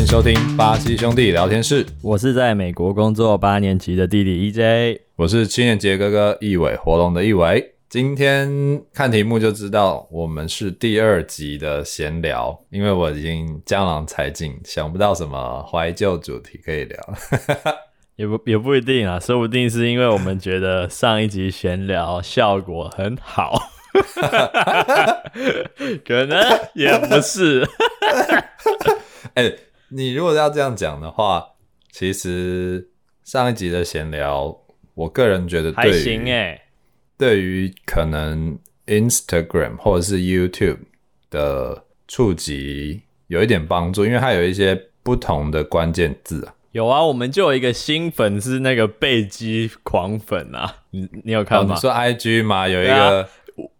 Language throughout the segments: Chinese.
迎收听巴西兄弟聊天室， 我是在美国工作8年级的弟弟 EJ， 我是7年级的哥哥一伟，活龙的一伟。今天看题目就知道我们是第2集的闲聊，因为我已经江郎才尽，想不到什么怀旧主题可以聊。 也不一定啊，说不定是因为我们觉得上一集闲聊效果很好，可能也不是。 你如果要这样讲的话，其实上一集的闲聊，我个人觉得还行对于可能 Instagram 或者是 YouTube 的触及有一点帮助，因为它有一些不同的关键字啊。 有啊，我们就有一个新粉是那个贝基狂粉啊，你有看吗？ 你说 IG 吗？有一个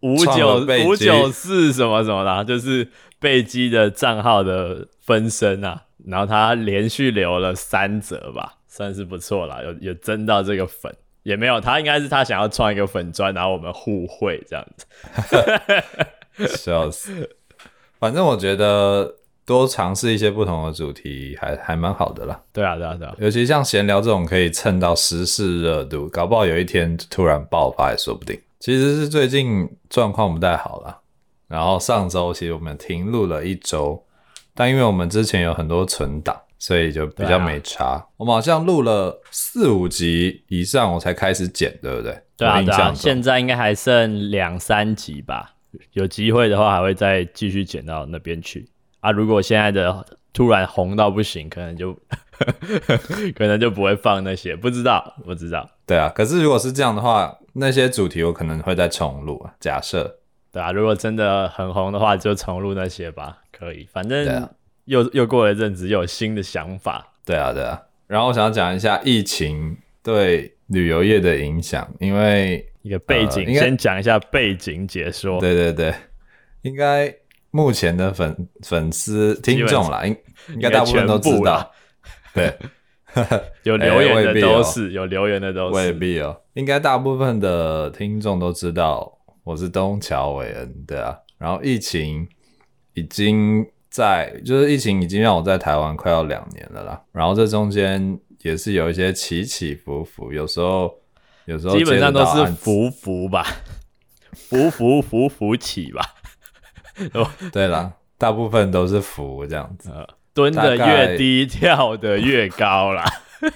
594什么什么的，就是贝基的账号的分身啊，然后他连续留了3则吧，算是不错啦，有增到这个粉。也没有，他应该是他想要创一个粉专，然后我们互惠这样子。 笑死！反正我觉得多尝试一些不同的主题还蛮好的啦。 对啊， 尤其像闲聊这种可以蹭到时事热度，搞不好有一天突然爆发也说不定。其实是最近状况不太好啦，然后上周其实我们停录了1周，但因为我们之前有很多存档，所以就比较没差。我们好像录了4-5集以上我才开始剪，对不对？ 对啊，现在应该还剩2-3集吧，有机会的话还会再继续剪到那边去啊。如果现在的突然红到不行，可能就不会放那些，不知道。 对啊，可是如果是这样的话，那些主题我可能会再重录啊，假设。 对啊，如果真的很红的话就重录那些吧，可以，反正又过了一阵子又有新的想法。 对啊，然后我想要讲一下疫情对旅游业的影响，因为一个背景，先讲一下背景解说。 对，应该目前的粉丝听众啦，应该大部分都知道。对， 有留言的都是，有留言的都是， 未必哦。应该大部分的听众都知道我是东桥韦恩，对啊。然后疫情已经让我在台湾快要2年了啦。然后这中间也是有一些起起伏伏，有时候基本上都是浮吧，浮起吧。 对啦，大部分都是浮这样子。 蹲的越低，跳的越高啦。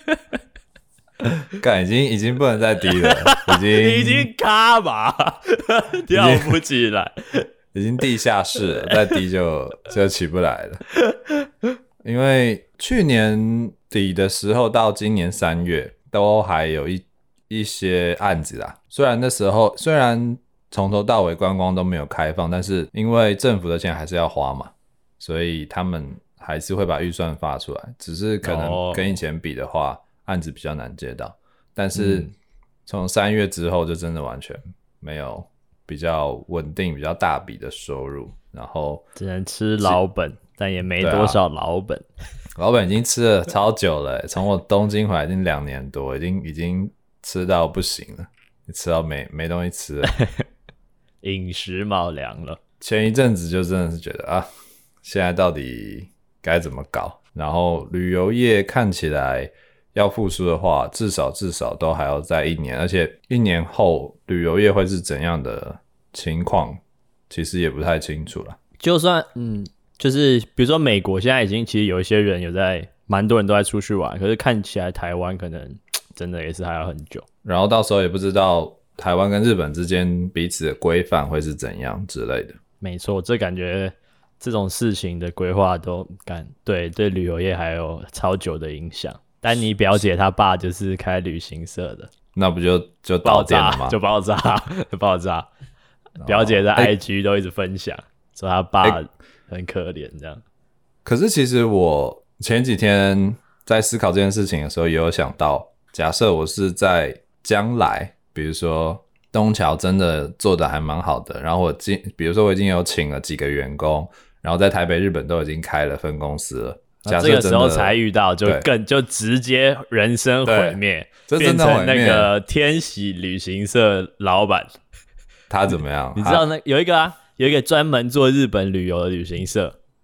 干，已经不能再低了， 已经卡吧，跳不起来， 已经地下室了，再低就起不来了。因为去年底的时候到今年3月都还有一些案子啦，虽然从头到尾观光都没有开放，但是因为政府的钱还是要花嘛，所以他们还是会把预算发出来，只是可能跟以前比的话，案子比较难接到。但是从3月之后就真的完全没有比较稳定、比较大笔的收入，然后只能吃老本，但也没多少老本。 老本已经吃了超久了，从我东京回来已经2年多，已经吃到不行了，吃到没东西吃了， 饮食卯粮了。 前一阵子就真的是觉得啊，现在到底该怎么搞？然后旅游业看起来要复苏的话，至少都还要再1年，而且1年后旅游业会是怎样的情况，其实也不太清楚了。 就算就是比如说美国现在已经其实有一些人蛮多人都在出去玩，可是看起来台湾可能真的也是还要很久。 然后到时候也不知道台湾跟日本之间彼此的规范会是怎样之类的。 没错，这感觉这种事情的规划都对旅游业还有超久的影响。丹尼表姐她爸就是开旅行社的， 那不就倒店了吗？ 就爆炸。表姐在 IG 都一直分享，说她爸很可怜这样。 可是其实我前几天在思考这件事情的时候，也有想到，假设我是在将来，比如说东桥真的做得还蛮好的，然后比如说我已经有请了几个员工，然后在台北、日本都已经开了分公司了。假设这个时候才遇到，就直接人生毁灭，变成那个天喜旅行社老板。 他怎么样？ 你知道有一个专门做日本旅游的旅行社，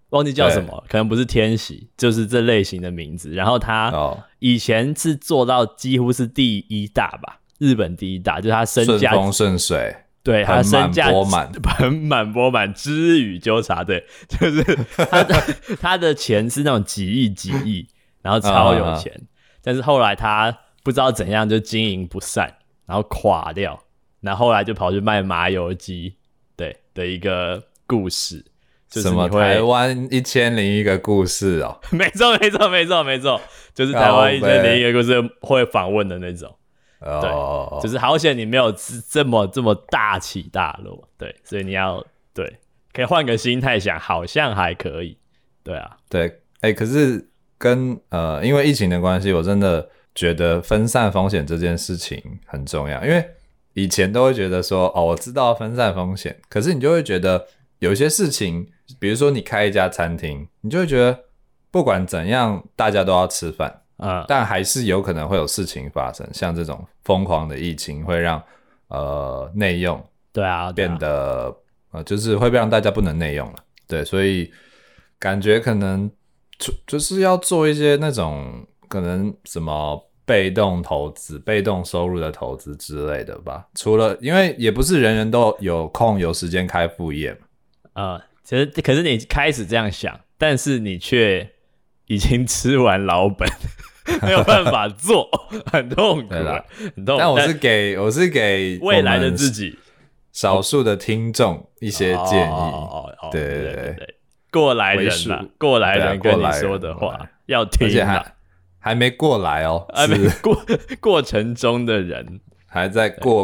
忘记叫什么，可能不是天喜，就是这类型的名字。然后他以前是做到几乎是第1大吧，日本第1大，就是他身价顺风顺水， 对，他身价盆满钵满，知语纠察队，就是他的钱是那种几亿，然后超有钱，但是后来他不知道怎样就经营不善，然后垮掉，然后后来就跑去卖麻油鸡，对的一个故事。就是什么台湾1001个故事哦？ 没错，就是台湾1001个故事会访问的那种。对，就是好险你没有这么大起大落，对，所以你要对，可以换个心态想，好像还可以，对啊， 对，可是因为疫情的关系，我真的觉得分散风险这件事情很重要，因为以前都会觉得说，我知道分散风险，可是你就会觉得有一些事情，比如说你开一家餐厅，你就会觉得不管怎样，大家都要吃饭。但还是有可能会有事情发生，像这种疯狂的疫情会让内用对啊变得就是会让大家不能内用了，对，所以感觉可能就是要做一些那种可能什么被动投资、被动收入的投资之类的吧。除了因为也不是人人都有空有时间开副业嘛， 其实可是你开始这样想，但是你却已经吃完老本。没有办法做，很痛苦，很痛苦。 但我是给未来的自己少数的听众一些建议。对， 过来人啦，过来人跟你说的话要听， 而且还没过来哦， 还没过程中的人还在过。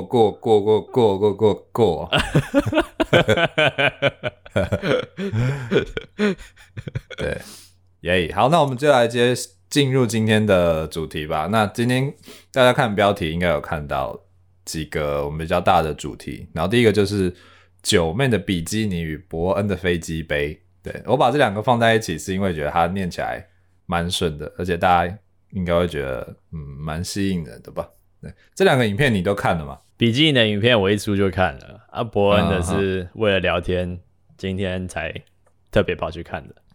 对，耶，好，那我们就来进入今天的主题吧。那今天大家看标题应该有看到几个我们比较大的主题，然后第一个就是九妹的比基尼与伯恩的飞机杯。对，我把这两个放在一起是因为觉得它念起来蛮顺的，而且大家应该会觉得蛮吸引人的吧。对，这两个影片你都看了吗？ 比基尼的影片我一出就看了，伯恩的是为了聊天，今天才特别跑去看的。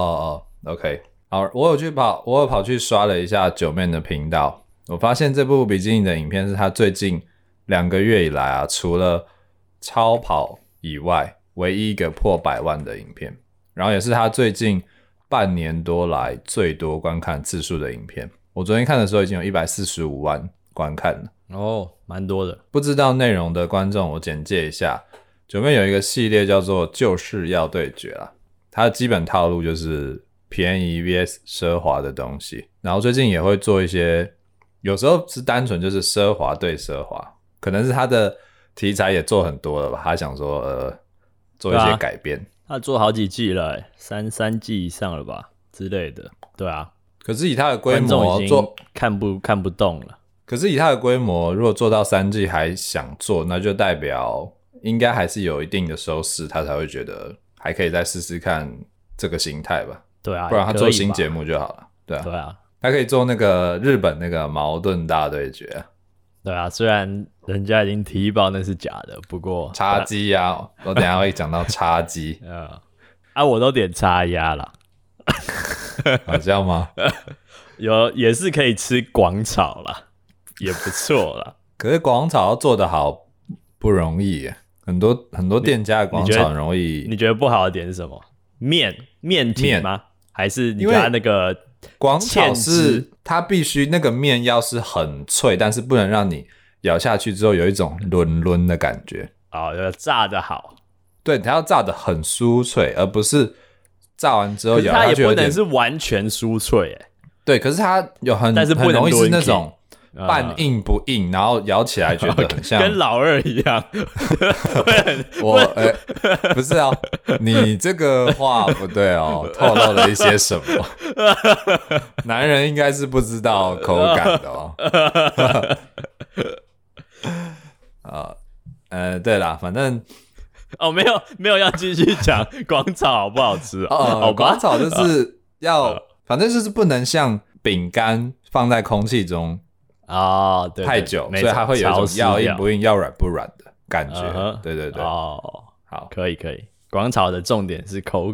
OK。好，我有跑去刷了一下九妹的频道，我发现这部比基尼的影片是他最近2个月以来除了超跑以外唯一一个破100万的影片，然后也是他最近半年多来最多观看次数的影片。我昨天看的时候已经有145万观看了， 蛮多的。 不知道内容的观众我简介一下，九妹有一个系列叫做就是要对决啦，它的基本套路就是便宜 vs 奢华的东西，然后最近也会做一些，有时候是单纯就是奢华对奢华，可能是他的题材也做很多了吧，他想说做一些改变。 他做好几季了，3季以上了吧之类的，对啊。 可是以他的规模做看不动了。 可是以他的规模，如果做到3季还想做，那就代表应该还是有一定的收视，他才会觉得还可以再试试看这个形态吧。 对啊， 不然他做新节目就好了。对啊，他可以做那个日本那个矛盾大对决。 对啊，虽然人家已经提报那是假的，不过叉鸡啊，我等一下会讲到叉鸡。 我都点叉鸭啦。 这样吗？ 也是可以吃广炒啦，也不错啦。 可是广炒要做得好不容易耶，很多店家的广炒很容易。 你觉得不好的点是什么？面体吗？还是你觉得那个广炒是它必须那个面要是很脆，但是不能让你咬下去之后有一种轮的感觉。 要炸得好。 对，它要炸得很酥脆，而不是炸完之后咬下去有点。 它也不能是完全酥脆对，可是它但是很容易是那种半硬不硬，然后咬起来觉得很像跟老二一样。 不是哦，你这个话不对哦，透露了一些什么？男人应该是不知道口感的哦。对啦，反正没有要继续讲广炒好不好吃广炒就是反正就是不能像饼干放在空气中对太久，所以它会有一种要硬不硬要软不软的感觉。对， 好，可以广炒的重点是口感。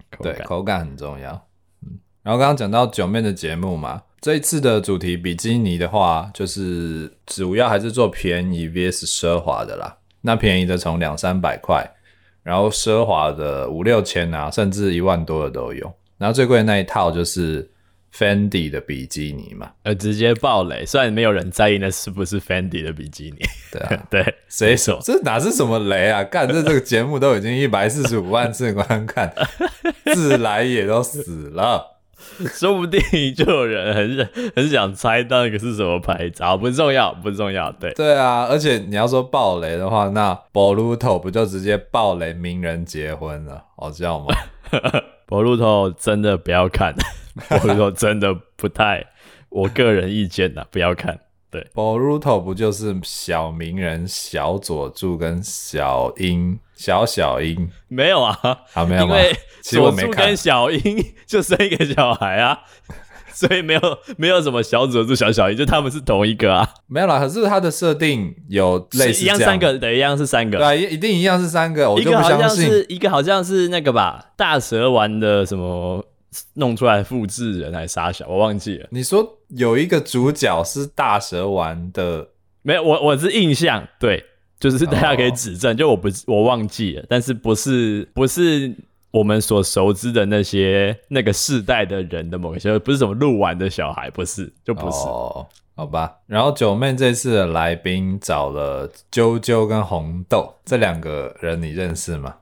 对，口感很重要。然后刚刚讲到九妹的节目嘛，这一次的主题比基尼的话，就是主要还是做便宜 vs 奢华的啦。那便宜的从200-300块，然后奢华的5-6千啊，甚至1万多的都有。然后最贵的那一套就是 Fendi 的比基尼嘛， 直接爆雷，虽然没有人在意那是不是 Fendi 的比基尼。 对啊， 对， 谁说这哪是什么雷啊？干这个节目都已经145万次观看，自来也都死了。 说不定就有人很想猜到那个是什么牌子，不重要，对。 对啊，而且你要说爆雷的话，那 Boruto 不就直接爆雷名人结婚了，好笑吗 ？Boruto 真的不要看，Boruto 真的不太，我个人意见啦，不要看。对 ，Boruto 不就是小鸣人、小佐助跟小樱？ 没有啊， 没有吗？ 因为佐助其实我没看跟小樱就生一个小孩啊，所以没有什么小佐助、小樱，就他们是同一个啊。 没有啦，可是他的设定有类似这样， 一样3个，对，一样是3个， 对啊，一定一样是3个，我就不相信。 一个好像是那个吧，大蛇丸的什么弄出来复制人还是啥小，我忘记了。 你说有一个主角是大蛇丸的， 没有，我是印象，对，就是大家可以指正，就我忘记了，但是不是我们所熟知的那个世代的人的某个小，不是什么鹿丸的小孩，不是，就不是。 哦，好吧。然后九妹这次的来宾找了啾啾跟红豆这2个人，你认识吗？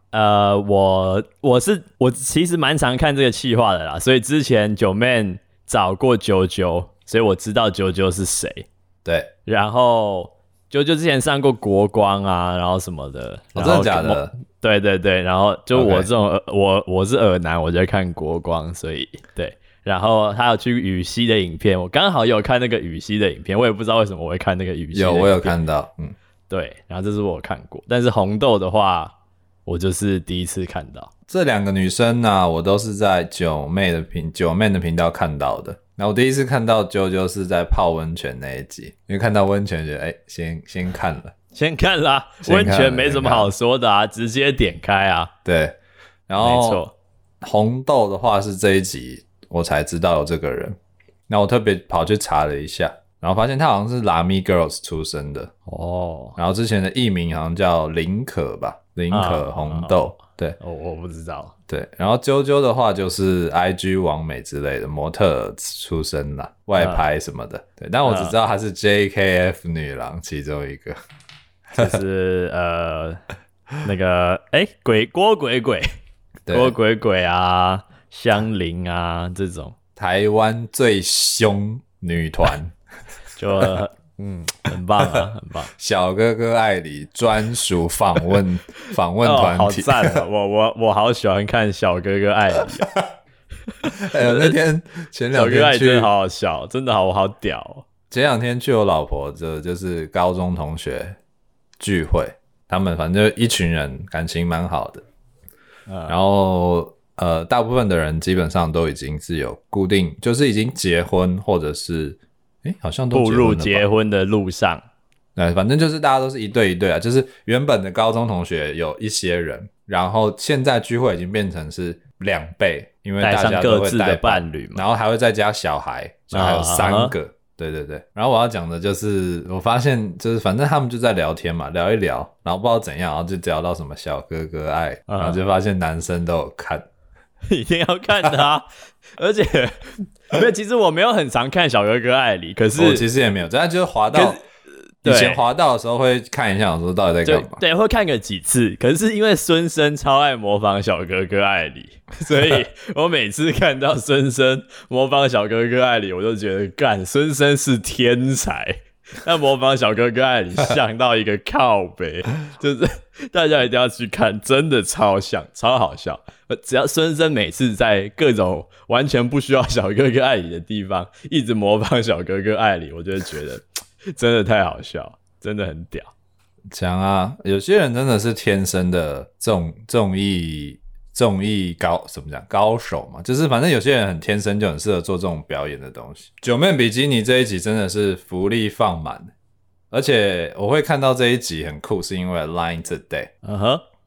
我其实蛮常看这个企划的啦，所以之前九妹找过啾啾，所以我知道啾啾是谁。 对， 然后啾啾之前上过国光啊，然后什么的。 真的假的？ 对对对，然后就我这种我是耳男，我就看国光，所以对。然后他有去羽西的影片，我刚好有看那个羽西的影片，我也不知道为什么我会看那个羽西的影片。 我有看到， 对，然后这是我看过，但是红豆的话，我就是第一次看到。 这2个女生呢，我都是在九妹的频道看到的。然后我第一次看到啾啾是在泡温泉那一集，因为看到温泉觉得先看了。 先看啦，温泉没什么好说的啊，直接点开啊。 对，然后没错， 红豆的话是这一集我才知道有这个人，那我特别跑去查了一下，然后发现他好像是 Lamy Girls 出身的哦。 然后之前的艺名好像叫林可吧，林可红豆。对， 我不知道。 对，然后啾啾的话就是 IG 网美之类的模特出身啦，外拍什么的。对，但我只知道她是 JKF 女郎其中一个。 就是那个郭鬼鬼啊，香菱啊这种台湾最凶女团， 就很棒啊，很棒。 小哥哥爱里专属访问团体， 好赞啊！我好喜欢看小哥哥爱里。 那天前2天小哥哥爱真的好好笑，真的我好屌哦。 前2天去我老婆的就是高中同学聚会，他们反正就一群人，感情蛮好的。然后大部分的人基本上都已经是有固定，就是已经结婚或者是好像都步入结婚的路上。 反正就是大家都是一对一对啊，就是原本的高中同学有一些人，然后现在聚会已经变成是2倍，因为大家都会带伴侣嘛， 然后还会再加小孩，小孩有3个。对对对，然后我要讲的就是，我发现就是反正他们就在聊天嘛，聊一聊，然后不知道怎样，然后就聊到什么小哥哥爱，然后就发现男生都有看， 一定要看的啊！而且没有，其实我没有很常看小哥哥爱里，可是我其实也没有，但就是滑到。以前滑到的时候会看一下，我说到底在干嘛？ 对，会看个几次。可是因为孙生超爱模仿小哥哥艾里，所以我每次看到孙生模仿小哥哥艾里，我就觉得干孙生是天才。那模仿小哥哥艾里像到一个靠北，就是大家一定要去看，真的超像，超好笑。只要孙生每次在各种完全不需要小哥哥艾里的地方，一直模仿小哥哥艾里，我就觉得。真的太好笑，真的很屌， 强啊！有些人真的是天生的综艺怎么讲高手嘛，就是反正有些人很天生就很适合做这种表演的东西。九妹比基尼这一集真的是福利放满，而且我会看到这一集很酷，是因为 Line Today。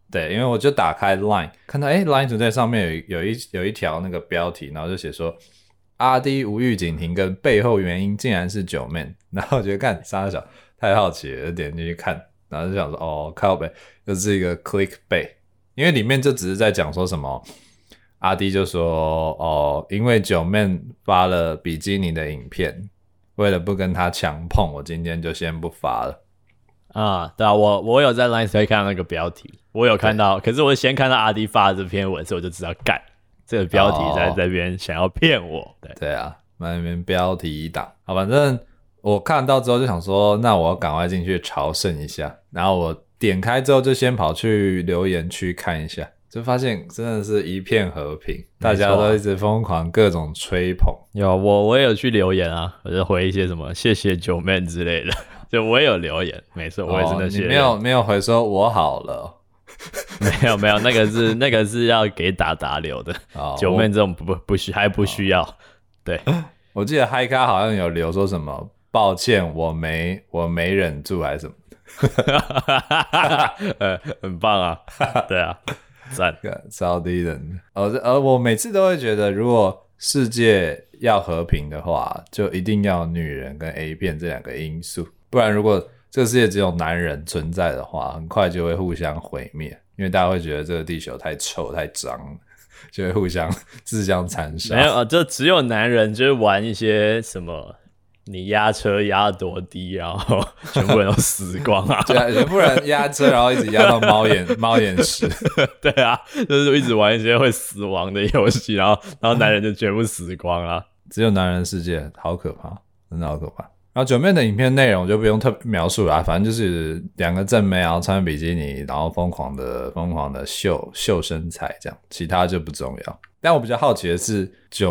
对，因为我就打开 Line 看到Line Today 上面有一条那个标题，然后就写说阿滴无预警停更背后原因竟然是9man，然后我觉得干傻小太好奇了，就点进去看，然后就想说哦靠北，就是一个 clickbait， 因为里面就只是在讲说什么阿滴就说哦，因为9man发了比基尼的影片，为了不跟他强碰，我今天就先不发了。 啊，对啊，我有在 Line 看到那个标题，我有看到，可是我先看到阿迪发的这篇文，所以我就知道干这个标题在这边想要骗我。对啊，那边标题党，好，反正我看到之后就想说，那我要赶快进去朝圣一下，然后我点开之后就先跑去留言区看一下，就发现真的是一片和平，大家都一直疯狂各种吹捧。 有我也有去留言啊，我就回一些什么谢谢9man之类的。就我也有留言，没错，我也是那些人。 你没有回说我好了， 没有，那个是要给达留的。9man 这种还不需要。对， 我记得嗨咖好像有留说什么抱歉，我没忍住还是什么的，很棒啊，对啊，赞， 超低人。我每次都会觉得，如果世界要和平的话，就一定要女人跟 A 片这两个因素。不然如果这个世界只有男人存在的话，很快就会互相毁灭，因为大家会觉得这个地球太臭太脏，就会互相自相残杀。 没有，就只有男人就是玩一些什么你压车压多低，然后全部人都死光啊！ 对啊，全部人压车，然后一直压到猫眼石。 对啊，就是一直玩一些会死亡的游戏，然后男人就全部死光了。 只有男人世界，好可怕，真的好可怕。然后9man的影片内容就不用特别描述了，反正就是两个正妹，然后穿比基尼，然后疯狂的秀身材这样，其他就不重要。但我比较好奇的是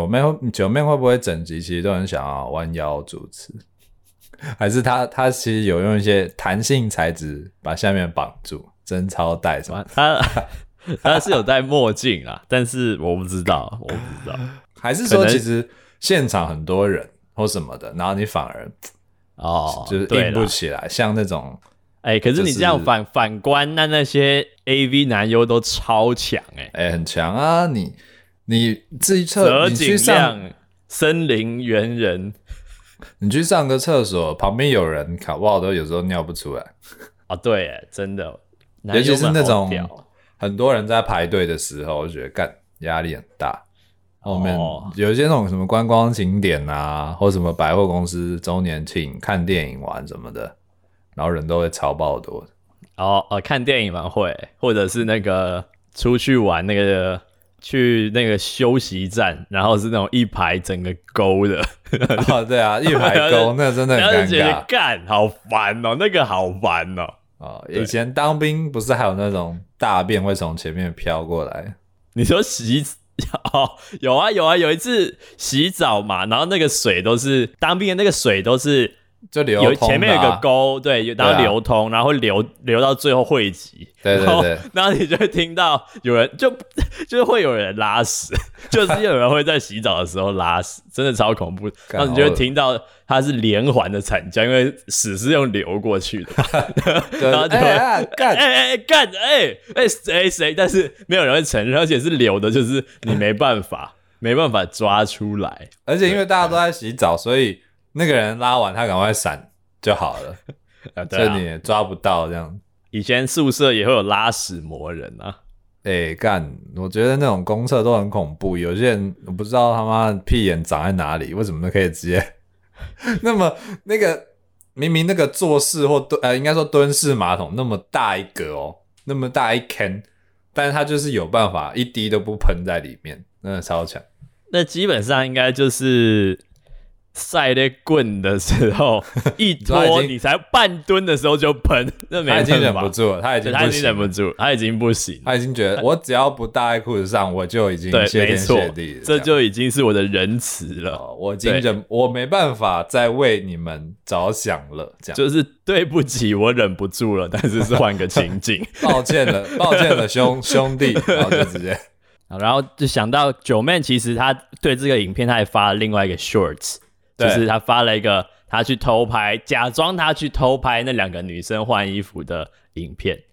，9man会不会整集其实都很想要弯腰主持，还是他其实有用一些弹性材质把下面绑住，贞操带什么？ 他是有戴墨镜啊，但是我不知道， 还是说其实现场很多人或什么的，然后你反而就是硬不起来，像那种可是你这样反观那些 AV 男优都超强很强啊！你自己你去上森林猿人， 你去上个厕所，旁边有人，搞不好都有时候尿不出来对真的， 尤其是那种很多人在排队的时候，我就觉得干压力很大。后面有一些那种什么观光景点啊，或什么百货公司周年庆、看电影玩什么的，然后人都会超爆多的。 看电影蛮会，或者是那个出去玩去那个休息站，然后是那种一排整个勾的。 对啊，一排勾那真的很尴尬， 干好烦哦，那个好烦哦。 以前当兵不是还有那种大便会从前面飘过来？ 你说有啊，有一次洗澡嘛，然后那个水都是当兵的那个水都是就流通的前面有个沟，对，然后流通，然后流到最后汇集， 对， 然后你就会听到有人就是会有人拉屎，就是有人会在洗澡的时候拉屎，真的超恐怖。然后你就会听到它是连环的惨叫，因为屎是用流过去的，然后就干谁，但是没有人会承认，而且是流的，就是你没办法抓出来， 而且因为大家都在洗澡，所以那个人拉完他赶快闪就好了，所以你也抓不到这样。 以前宿舍也会有拉屎魔人啊。 干！我觉得那种公厕都很恐怖，有些人我不知道他妈屁眼长在哪里，为什么都可以直接那么那个明明那个坐式或应该说蹲式马桶那么大一个那么大一坑，但是他就是有办法一滴都不喷在里面，真的超强。 那基本上应该就是晒在棍的时候一拖你才半蹲的时候就喷，那没办法， 他已经忍不住了，他已经忍不住， 他已经不行， 他已经觉得我只要不搭在裤子上，我就已经谢天谢地了， 这就已经是我的仁慈了。 我已经我没办法再为你们着想了，这样就是对不起，我忍不住了，但是换个情境， 抱歉了兄弟，然后就直接。 然后就想到9man，其实他对这个影片他还发了另外一个 shorts。就是他发了一个假装他去偷拍那两个女生换衣服的影片，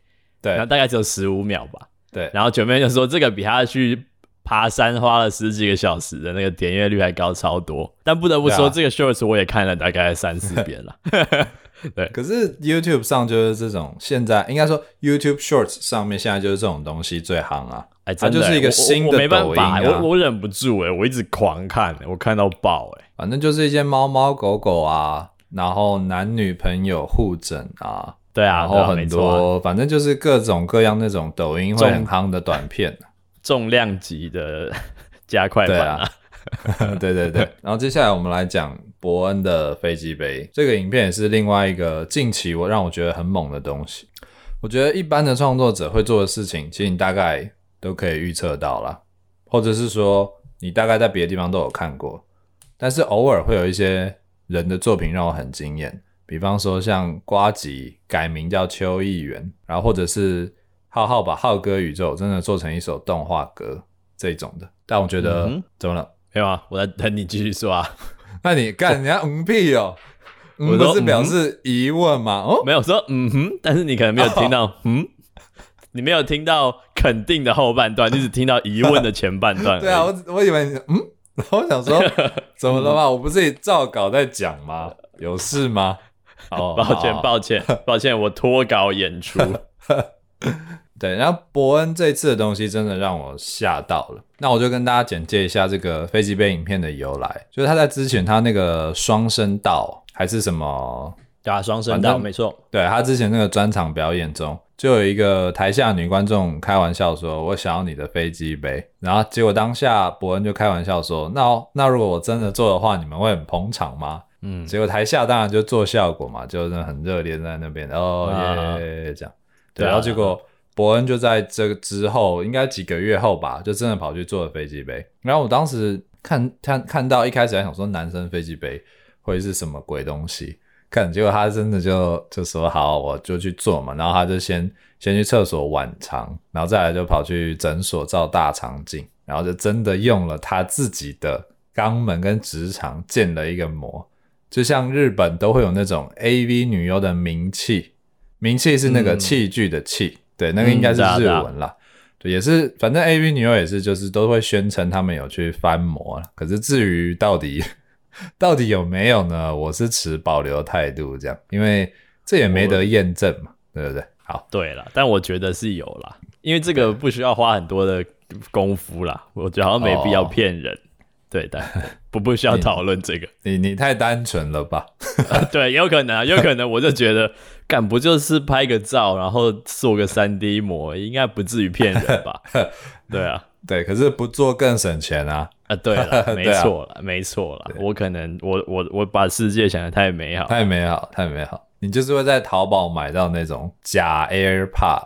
对， 然后大概只有15秒吧。 对， 然后九妹就说这个比他去爬山花了10几个小时的那个点阅率还高超多。但不得不说，这个 shorts 我也看了大概3-4遍了。对， 可是 YouTube 上就是这种，现在应该说 YouTube Shorts 上面现在就是这种东西最夯啊。 真的它就是一个新的抖音啊。 我忍不住我一直狂看，我看到爆反正就是一些猫猫狗狗啊，然后男女朋友互整啊， 对啊， 然后很多，反正就是各种各样那种抖音会很夯的短片， 重量级的加快版啊。 对对对，然后接下来我们来讲伯恩的飞机杯，这个影片也是另外一个近期让我觉得很猛的东西。我觉得一般的创作者会做的事情，其实你大概都可以预测到啦，或者是说你大概在别的地方都有看过，但是偶尔会有一些人的作品让我很惊艳，比方说像呱吉改名叫邱议员，然后或者是浩浩把浩哥宇宙真的做成一首动画歌这种的，但我觉得怎么了？ 没有啊，我在等你继续说啊。 那你干人家屁哦，不是表示疑问吗？ 没有说但是你可能没有听到你没有听到肯定的后半段，你只听到疑问的前半段。 对啊，我以为然后我想说怎么了嘛？我不是照稿在讲吗？有事吗？ 抱歉，我脱稿演出。 对，然后伯恩这次的东西真的让我吓到了。那我就跟大家简介一下这个飞机杯影片的由来，就是他在之前他那个双声道还是什么， 对啊，双声道没错。 对，他之前那个专场表演中，就有一个台下女观众开玩笑说：“我想要你的飞机杯。”然后结果当下伯恩就开玩笑说：“那如果我真的做的话，你们会很捧场吗？”结果台下当然就做效果嘛，就很热烈在那边这样。对，然后结果伯恩就在这个之后，应该几个月后吧，就真的跑去做了飞机杯。然后我当时看到一开始还想说男生飞机杯会是什么鬼东西，结果他真的就说好，我就去做嘛。然后他就先去厕所晚肠，然后再来就跑去诊所照大肠镜，然后就真的用了他自己的肛门跟直肠建了一个模，就像日本都会有那种 AV 女优的名器是那个器具的器。对，那个应该是日文啦。对，也是，反正 AV 女优也是，就是都会宣称他们有去翻模啦。可是至于到底有没有呢？我是持保留态度这样，因为这也没得验证嘛，对不对？好， 对啦，但我觉得是有啦，因为这个不需要花很多的功夫啦，我觉得好像没必要骗人。对的，不需要讨论这个。 你太单纯了吧？ 对，有可能我就觉得，干不就是拍个照，然后做个 3D 模，应该不至于骗人吧？对啊， 对，可是不做更省钱啊。 对了，没错啦。我可能我把世界想得太美好， 太美好。你就是会在淘宝买到那种假 AirPod。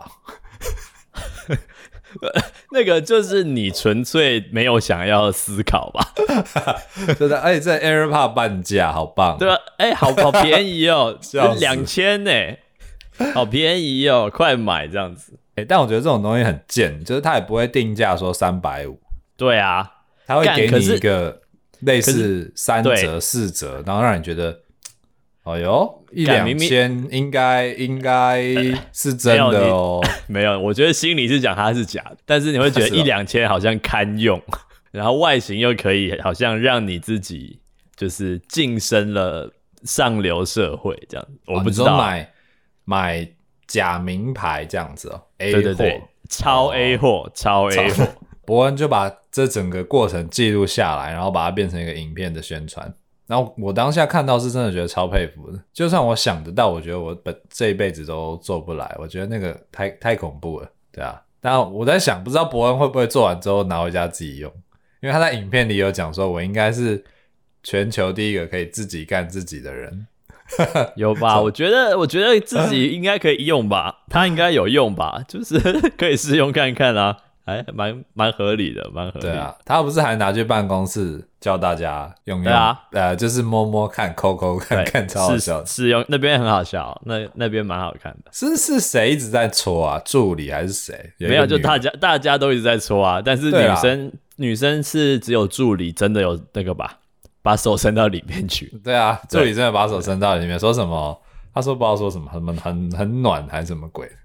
那个就是你纯粹没有想要思考吧？ 对的，这 AirPod 半价，好棒！ 对啊，好便宜哦，2000呢，好便宜哦，快买这样子。 但我觉得这种东西很贱，就是他也不会定价说350。 对啊， 他会给你一个类似3折、4折，然后让你觉得，哎呦，1-2千应该是真的哦。 没有，我觉得心里是讲它是假的，但是你会觉得1-2千好像堪用，然后外形又可以好像让你自己就是晋升了上流社会这样。我不知道， 买假名牌这样子哦。 对，超 A 货，超 A 货。 伯恩就把这整个过程记录下来，然后把它变成一个影片的宣传。然后我当下看到是真的觉得超佩服的，就算我想得到，我觉得我这一辈子都做不来，我觉得那个太恐怖了，对啊。但我在想，不知道伯恩会不会做完之后拿回家自己用，因为他在影片里有讲说，我应该是全球第一个可以自己干自己的人。 有吧？我觉得自己应该可以用吧，他应该有用吧，就是可以试用看看啊。蛮合理的，蛮合理的。 对啊，他不是还拿去办公室教大家用？对啊， 就是摸摸看、抠抠看，超好笑的。 试用那边很好笑，那边蛮好看的。 是谁一直在戳啊？助理还是谁？ 没有，就大家都一直在戳啊。但是女生是只有助理真的有那个吧，把手伸到里面去。 对啊，助理真的把手伸到里面，说什么？他说不知道说什么，很暖还是什么鬼？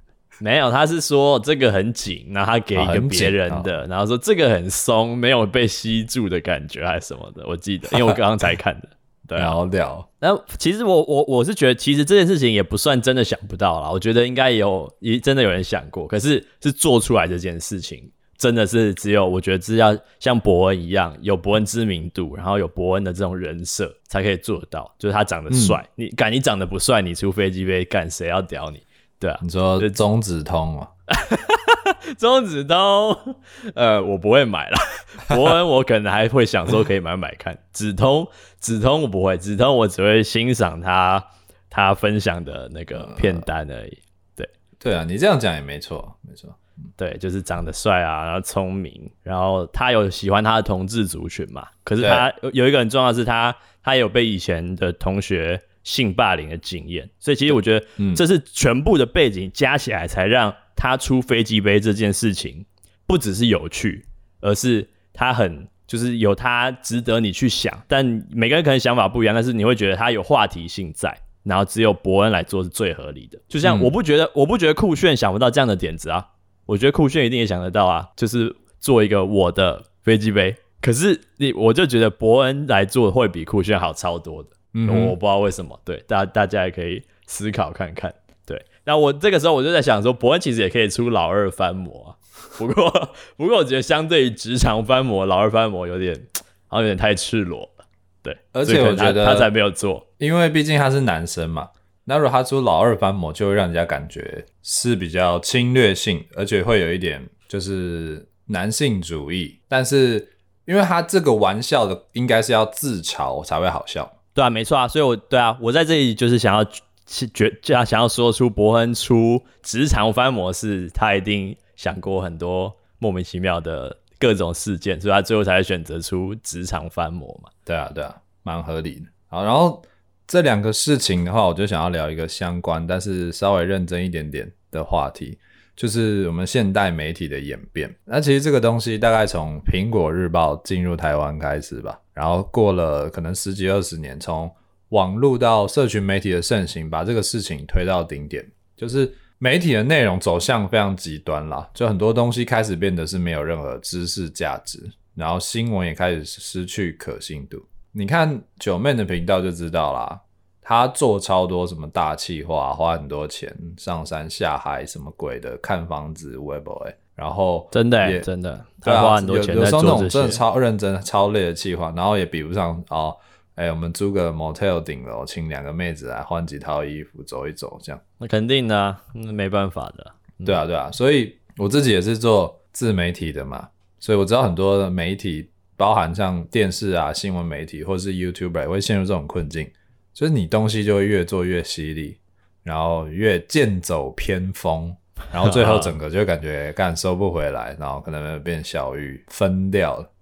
没有，他是说这个很紧，然后他给一个别人的，然后说这个很松，没有被吸住的感觉还是什么的，我记得，因为我刚刚才看的。对啊， 聊。 那其实我是觉得，其实这件事情也不算真的想不到啦，我觉得应该真的有人想过，可是做出来这件事情，真的是只有我觉得是要像伯恩一样，有伯恩知名度，然后有伯恩的这种人设才可以做得到，就是他长得帅，你长得不帅，你出飞机杯干谁要屌你？对啊， 你说中指通吗？ 中指通，我不会买啦。伯恩我可能还会想说可以买看。指通我不会，指通我只会欣赏他分享的那个片单而已。 对啊，你这样讲也没错。 对，就是长得帅啊，然后聪明，然后他有喜欢他的同志族群嘛。可是他有一个很重要的是他也有被以前的同学性霸凌的经验，所以其实我觉得这是全部的背景加起来才让他出飞机杯这件事情不只是有趣，而是他就是有他值得你去想，但每个人可能想法不一样，但是你会觉得他有话题性在，然后只有伯恩来做是最合理的。就像我不觉得酷炫想不到这样的点子啊，我觉得酷炫一定也想得到啊，就是做一个我的飞机杯，可是我就觉得伯恩来做会比酷炫好超多的。我不知道为什么，对，大家也可以思考看看。对，那我这个时候我就在想说，伯恩其实也可以出老二翻模啊。不过我觉得相对于直肠翻模，老二翻模好像有点太赤裸了。对， 而且我觉得他才没有做， 因为毕竟他是男生嘛。那如果他出老二翻模，就会让人家感觉是比较侵略性，而且会有一点就是男性主义。但是因为他这个玩笑的应该是要自嘲才会好笑。 对啊，没错啊，所以我在这里就是想要说出伯恩出直肠翻模式，他一定想过很多莫名其妙的各种事件，所以他最后才会选择出直肠翻模嘛。 对啊，蛮合理的。好，然后这两个事情的话，我就想要聊一个相关但是稍微认真一点点的话题，就是我们现代媒体的演变。那其实这个东西大概从苹果日报进入台湾开始吧，然后过了可能10几20年，从网络到社群媒体的盛行，把这个事情推到顶点，就是媒体的内容走向非常极端啦，就很多东西开始变得是没有任何知识价值，然后新闻也开始失去可信度。你看9man的频道就知道啦，他做超多什么大企划，花很多钱上山下海什么鬼的，看房子 Weibo 然后真的他花很多钱在做这些，有时候那种真的超认真超累的企划，然后也比不上我们租个 motel 顶楼，请2个妹子来换几套衣服走一走这样。 那肯定的啊，没办法的。 对啊，所以我自己也是做自媒体的嘛，所以我知道很多的媒体包含像电视啊、新闻媒体或是 YouTuber 会陷入这种困境，就是你东西就会越做越犀利，然后越剑走偏锋，然后最后整个就感觉干收不回来，然后可能变小鱼分掉了。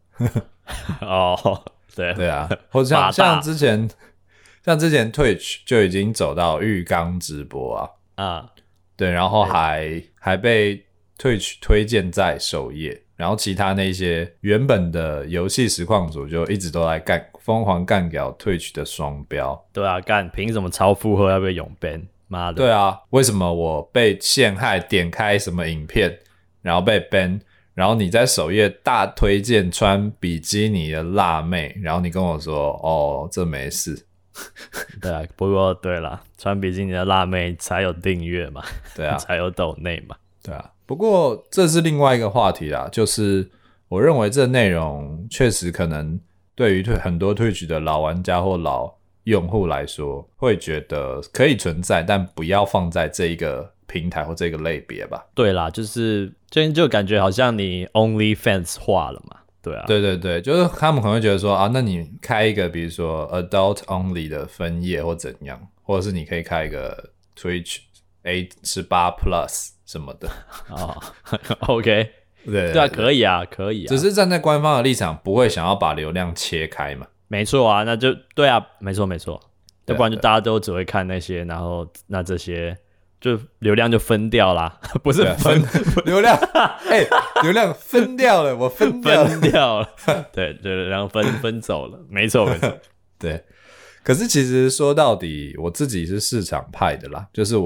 对啊，或者像之前 Twitch 就已经走到浴缸直播啊，对，然后还被 Twitch 推荐在首页，然后其他那些原本的游戏实况组就一直都在疯狂干掉 Twitch 的双标。 对啊，凭什么超负荷要被永 ban？ 妈的！ 对啊，为什么我被陷害点开什么影片，然后被 ban？然后你在首页大推荐穿比基尼的辣妹，然后你跟我说这没事。 对啊，不过对啦，穿比基尼的辣妹才有订阅嘛， 对啊， 才有抖内嘛， 对啊。不过这是另外一个话题啦，就是我认为这内容确实可能对于很多 Twitch 的老玩家或老用户来说，会觉得可以存在，但不要放在这一个平台或这个类别吧。 对啦，就感觉好像你 OnlyFans 化了嘛。对啊， 对，就是他们可能会觉得说那你开一个比如说 Adult Only 的分页或怎样，或者是你可以开一个 Twitch A18 Plus 什么的。 OK， 对啊，可以啊， 只是站在官方的立场，不会想要把流量切开嘛。 没错啊，那就对啊，没错，要不然就大家都只会看那些，然后那这些就流量就分掉啦，不是分流量，流量分掉了，我分掉了， 对，流量分走了，没错， 对。可是其实说到底，我自己是市场派的啦，就是我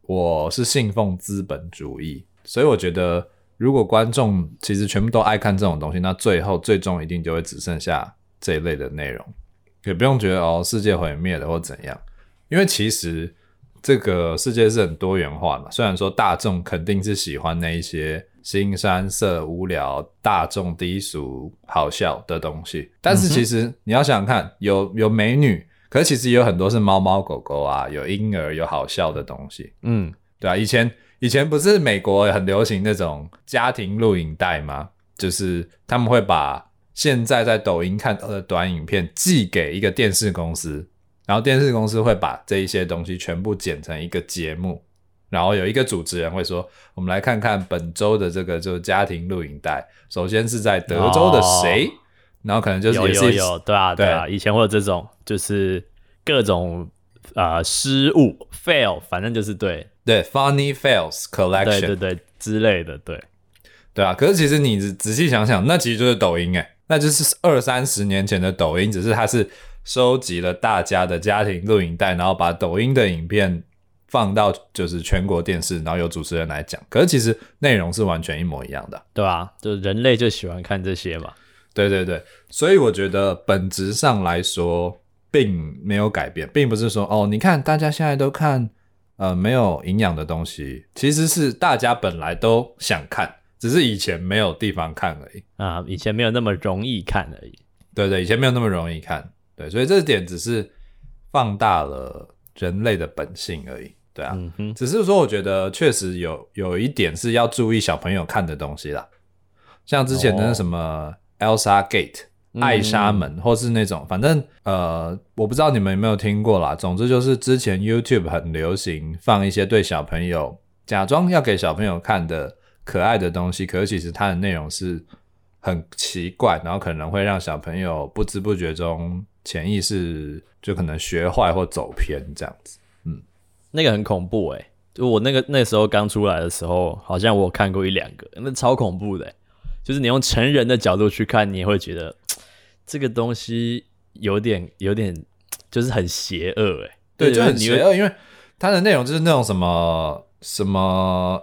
我是信奉资本主义，所以我觉得如果观众其实全部都爱看这种东西，那最终一定就会只剩下这一类的内容，也不用觉得世界毁灭了或怎样，因为其实这个世界是很多元化的嘛。虽然说大众肯定是喜欢那一些腥膻色无聊大众低俗好笑的东西，但是其实你要想想看，有美女，可是其实有很多是猫猫狗狗啊，有婴儿，有好笑的东西。对啊，以前不是美国很流行那种家庭录影带吗？就是他们会把现在在抖音看到的短影片寄给一个电视公司，然后电视公司会把这一些东西全部剪成一个节目，然后有一个主持人会说，我们来看看本周的这个就是家庭录影带，首先是在德州的谁，然后可能就是有对啊，以前会有这种就是各种失误 fail， 反正就是对 funny fails collection， 对之类的， 对啊。可是其实你仔细想想，那其实就是抖音那就是20-30年前的抖音，只是它是收集了大家的家庭录影带，然后把抖音的影片放到就是全国电视，然后有主持人来讲，可是其实内容是完全一模一样的， 对啊，就人类就喜欢看这些嘛。 对，所以我觉得本质上来说并没有改变，并不是说你看大家现在都看没有营养的东西，其实是大家本来都想看，只是以前没有地方看而已啊，以前没有那么容易看而已。 对，以前没有那么容易看，对，所以这点只是放大了人类的本性而已，对啊，只是说我觉得确实有一点是要注意小朋友看的东西啦，像之前的那什么 Elsa Gate、艾莎门，或是那种反正我不知道你们有没有听过啦，总之就是之前 YouTube 很流行放一些对小朋友假装要给小朋友看的可爱的东西，可是其实它的内容是很奇怪，然后可能会让小朋友不知不觉中潜意识就可能学坏或走偏这样子。 那个很恐怖就我那时候刚出来的时候，好像我有看过1-2个，那超恐怖的就是你用成人的角度去看，你也会觉得这个东西有点就是很邪恶对，就很邪恶，因为它的内容就是那种什么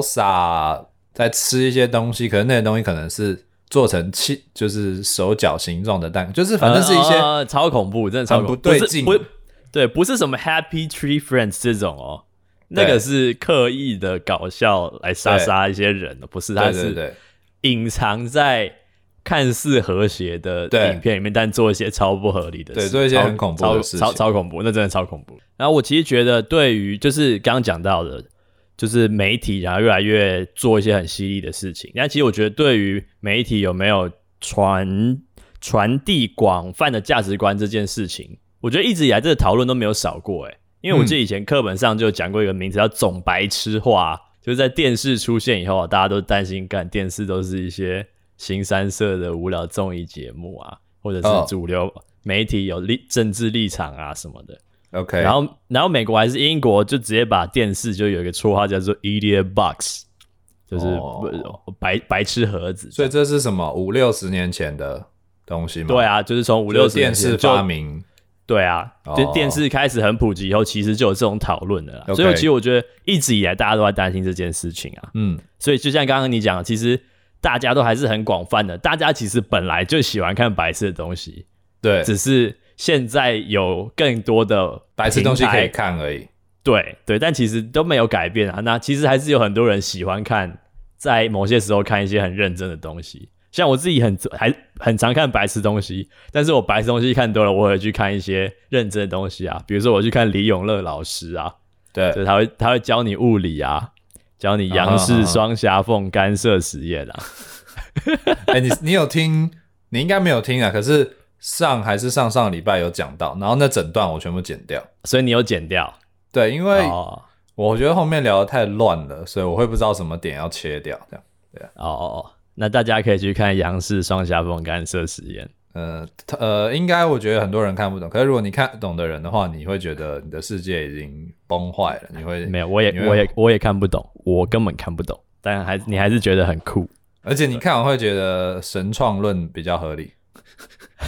Elsa 在吃一些东西，可是那些东西可能是做成就是手脚形状的蛋，就是反正是一些超恐怖，真的超恐怖， 不对劲， 不是什么 Happy Tree Friends 这种那个是刻意的搞笑来杀一些人不是，它是隐藏在看似和谐的影片里面，但做一些超不合理的事， 对，做一些很恐怖的事情， 超恐怖，那真的超恐怖。然后我其实觉得，对于就是刚刚讲到的，就是媒体然后越来越做一些很犀利的事情，但其实我觉得对于媒体有没有传递广泛的价值观这件事情，我觉得一直以来这个讨论都没有少过因为我记得以前课本上就讲过一个名字叫总白痴化，就是在电视出现以后大家都担心干电视都是一些腥膻色的无聊综艺节目或者是主流媒体有政治立场什么的。 OK， 然后美国还是英国就直接把电视就有一个绰号叫做 Idiot Box， 就是白痴盒子。 所以这是什么5-60年前的东西吗？ 对啊，就是从5-60年前电视发明。 对啊，就电视开始很普及以后，其实就有这种讨论了啦。所以其实我觉得一直以来大家都在担心这件事情所以就像刚刚你讲的，其实大家都还是很广泛的，大家其实本来就喜欢看白痴的东西， 对， 只是现在有更多的白痴东西可以看而已。对， 但其实都没有改变那其实还是有很多人喜欢看，在某些时候看一些很认真的东西。像我自己很常看白痴东西，但是我白痴东西看多了，我会去看一些认真的东西比如说我去看李永乐老师对， 就是他会教你物理教你杨氏双狭缝干涉实验你有听？你应该没有听可是上上礼拜有讲到，然后那整段我全部剪掉， 所以你有剪掉？ 对，因为我觉得后面聊得太乱了，所以我会不知道什么点要切掉，这样对那大家可以去看杨氏双狭缝干涉实验。 应该我觉得很多人看不懂，可是如果你看懂的人的话，你会觉得你的世界已经崩坏了。你会没有？我也看不懂，我根本看不懂，但你还是觉得很酷， 而且你看完会觉得神创论比较合理。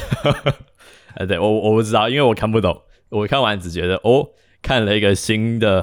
对，我不知道，因为我看不懂，我看完只觉得看了一个新的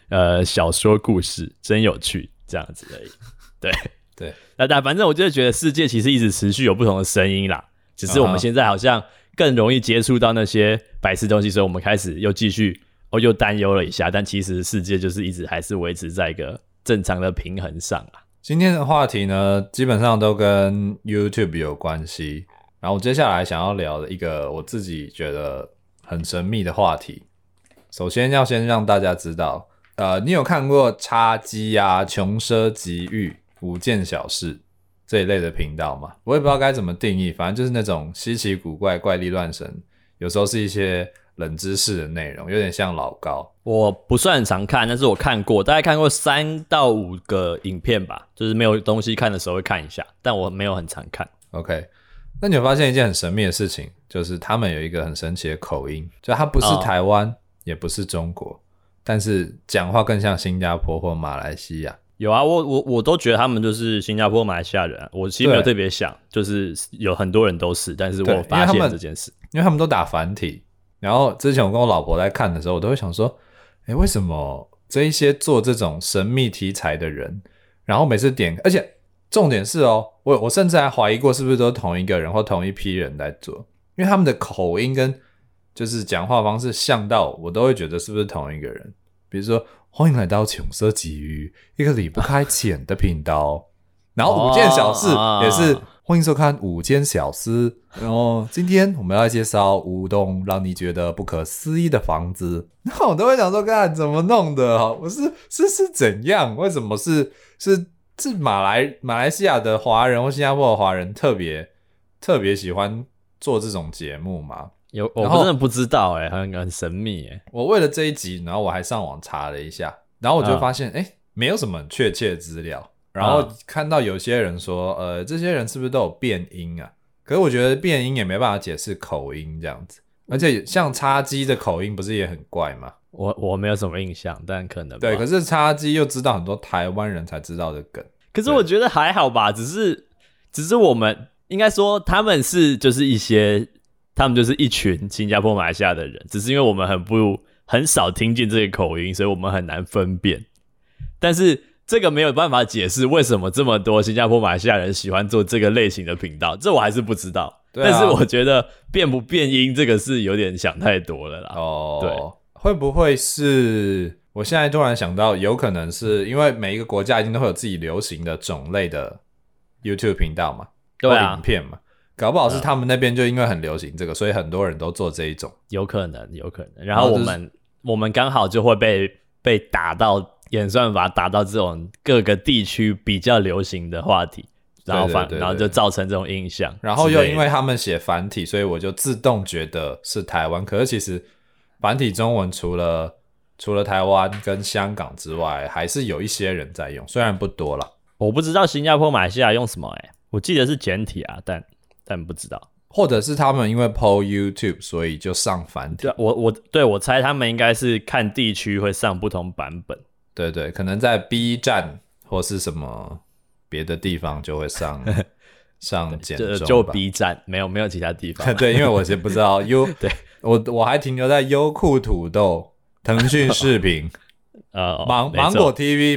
小说故事，真有趣这样子而已。对对， 但反正我就觉得世界其实一直持续有不同的声音啦，只是我们现在好像更容易接触到那些白痴东西，所以我们开始又继续又担忧了一下，但其实世界就是一直还是维持在一个正常的平衡上啦。 今天的话题呢，基本上都跟 YouTube 有关系。然后我接下来想要聊的一个我自己觉得很神秘的话题，首先要先让大家知道，你有看过叉鸡啊、穷奢极欲、五件小事这一类的频道吗？我也不知道该怎么定义，反正就是那种稀奇古怪、怪力乱神，有时候是一些冷知识的内容，有点像老高。 我不算很常看，但是我看过，大概看过3到5个影片吧，就是没有东西看的时候会看一下，但我没有很常看。 OK， 那你有发现一件很神秘的事情，就是他们有一个很神奇的口音，就它不是台湾，也不是中国，但是讲话更像新加坡或马来西亚。 有啊，我都觉得他们就是新加坡、马来西亚人啊，我其实没有特别想，就是有很多人都是，但是我发现这件事， 因为他们都打繁体。然后之前我跟我老婆在看的时候，我都会想说，为什么这一些做这种神秘题材的人，然后每次点，而且重点是我甚至还怀疑过是不是都是同一个人或同一批人在做，因为他们的口音跟就是讲话方式像到我都会觉得是不是同一个人。比如说，欢迎来到穷奢极欲，一个离不开钱的频道。然后5件小事也是欢迎收看5件小事。然后今天我们要介绍5栋让你觉得不可思议的房子。那我都会想说，看怎么弄的？我是怎样？为什么是马来西亚的华人或新加坡的华人特别喜欢做这种节目吗？ 我真的不知道很神秘我为了这一集，然后我还上网查了一下，然后我就发现没有什么很确切的资料。然后看到有些人说，这些人是不是都有变音啊？可是我觉得变音也没办法解释口音这样子，而且像叉鸡的口音不是也很怪吗？ 我没有什么印象，但可能吧。 对，可是叉鸡又知道很多台湾人才知道的梗。 可是我觉得还好吧，只是我们应该说他们就是一群新加坡、马来西亚的人，只是因为我们很少听见这个口音，所以我们很难分辨。但是这个没有办法解释为什么这么多新加坡、马来西亚人喜欢做这个类型的频道，这我还是不知道。但是我觉得变不变音这个是有点想太多了啦。对， 会不会是？我现在突然想到，有可能是因为每一个国家一定都会有自己流行的种类的 YouTube 频道嘛， 对啊， 或影片嘛，搞不好是他们那边就因为很流行这个，所以很多人都做这一种。 有可能。然后我们刚好就会被打到。演算法打到这种各个地区比较流行的话题，然后就造成这种印象。 然后又因为他们写繁体，所以我就自动觉得是台湾。可是其实繁体中文除了台湾跟香港之外，还是有一些人在用，虽然不多啦。 我不知道新加坡、马来西亚用什么我记得是简体啊，但不知道。 或者是他们因为 PO YouTube 所以就上繁体。 我猜他们应该是看地区会上不同版本。 对，可能在 B 站或是什么别的地方就会上简中吧， 就 B 站，没有其他地方。 对，因为我先不知道对，我还停留在优酷土豆、腾讯视频、芒果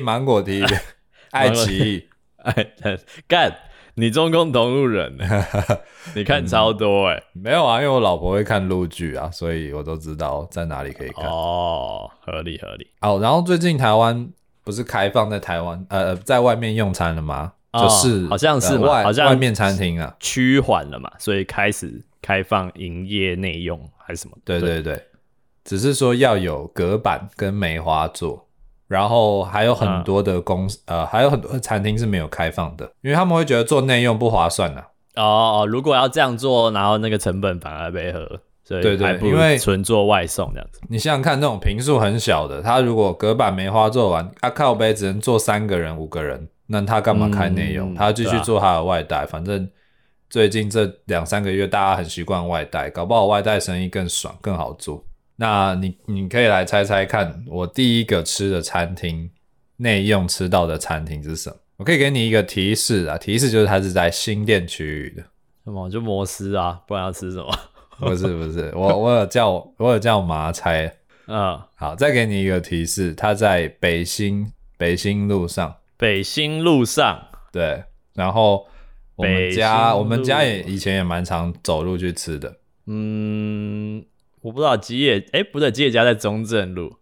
TV、爱奇艺， 干。你中共同路人你看超多没有啊，因为我老婆会看陆剧啊，所以我都知道在哪里可以看。 合理。 然后最近台湾不是开放在台湾在外面用餐了吗？就是好像是好像外面餐厅啊趋缓了嘛，所以开始开放营业内用还是什么？ 对，只是说要有隔板跟梅花座。然后还有很多的还有很多的餐厅是没有开放的，因为他们会觉得做内用不划算如果要这样做，然后那个成本反而被合，所以还不如纯做外送这样子。 你想想看，那种坪数很小的，他如果隔板梅花做完，靠北只能坐3个人、5个人，那他干嘛开内用？他继续做他的外带，反正最近这2-3个月大家很习惯外带，搞不好外带生意更爽、更好做。那你可以来猜猜看，我第一个吃的餐厅内用吃到的餐厅是什么？我可以给你一个提示啊，提示就是它是在新店区域的。 什么？就摩斯啊，不然要吃什么？ 不是，我有叫我妈猜， 好，再给你一个提示，它在北新路上。 北新路上， 对，然后我们家也以前也蛮常走路去吃的。 我不知道吉野，不对，吉野家在中正路。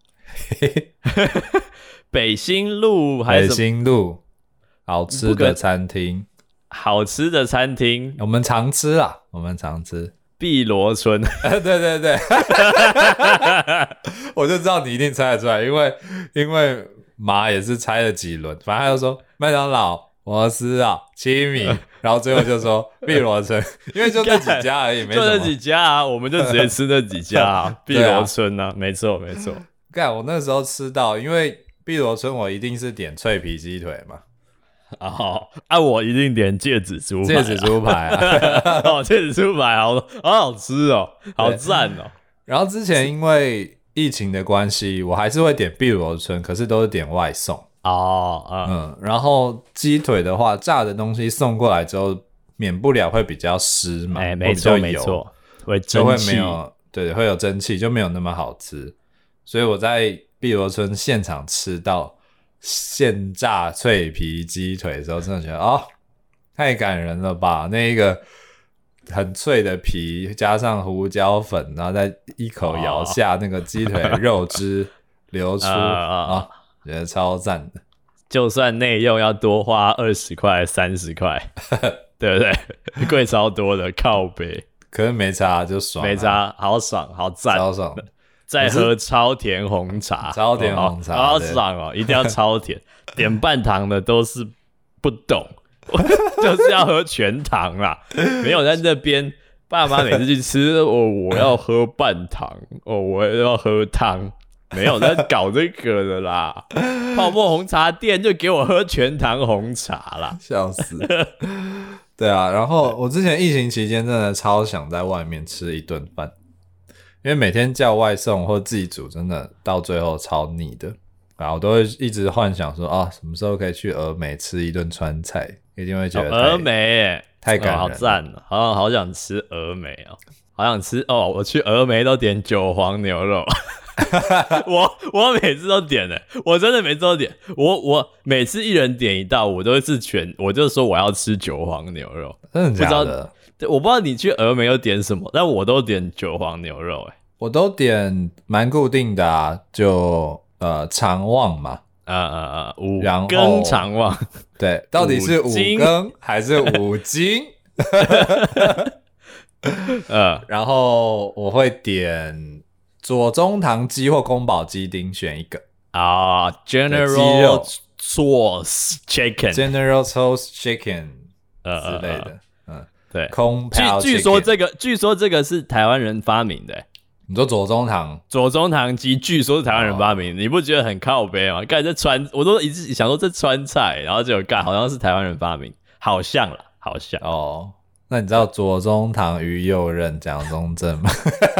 北新路还是北新路好吃的餐厅， 好吃的餐厅， 我们常吃啦，我们常吃碧螺春。 对对对，我就知道你一定猜得出来，因为马也是猜了几轮，反正他就说麦当劳、摩斯啊、七米，然后最后就说碧螺春，因为就那几家而已，没什么， 就那几家啊，我们就直接吃那几家啊，碧螺春啊，没错没错。 干，我那时候吃到，因为碧螺春我一定是点脆皮鸡腿嘛。 我一定点戒指猪排。 戒指猪排啊， 戒指猪排好好吃哦，好赞哦。 然后之前因为疫情的关系，我还是会点碧螺春，可是都是点外送然后鸡腿的话，炸的东西送过来之后，免不了会比较湿嘛， 没错没错，会就会没有对，会有蒸汽，就没有那么好吃。所以我在碧螺春现场吃到现炸脆皮鸡腿的时候，真的觉得太感人了吧！那一个很脆的皮，加上胡椒粉，然后再一口咬下那个鸡腿肉汁流出觉得超赞的。 就算内用要多花20块、30块，对不对？贵超多的，靠北。 可是没差就爽， 没差，好爽，好赞， 超爽。 再喝超甜红茶， 超甜红茶， 好爽哦！一定要超甜，点半糖的都是不懂，就是要喝全糖啦。没有在那边，爸妈每次去吃，我要喝半糖，我要喝汤，没有在搞这个的啦。泡沫红茶店就给我喝全糖红茶啦， 笑死。对啊，然后我之前疫情期间真的超想在外面吃一顿饭。因为每天叫外送或自己煮，真的到最后超腻的。然后我都会一直幻想说什么时候可以去峨眉吃一顿川菜，一定会觉得峨眉太感人了， 好赞哦！好想吃峨眉哦，好想吃我去峨眉都点韭黄牛肉。我每次都点我真的每次都点。我每次一人点一道，我都是我就说我要吃韭黄牛肉。 真的假的？ 我不知道你去峨眉又点什么，但我都点韭黄牛肉我都点蛮固定的啊，就肠旺嘛， 五更肠旺， 对，到底是五更还是五斤？然后我会点左宗棠鸡或宫保鸡丁，选一个 General Tso's Chicken 之类的。 对， 据说这个是台湾人发明的。 你说左宗棠鸡，据说是台湾人发明的，你不觉得很靠北吗？干这我都一直想说这川菜，然后结果干好像是台湾人发明，好像啦，好像那你知道左宗棠于右任蒋中正吗？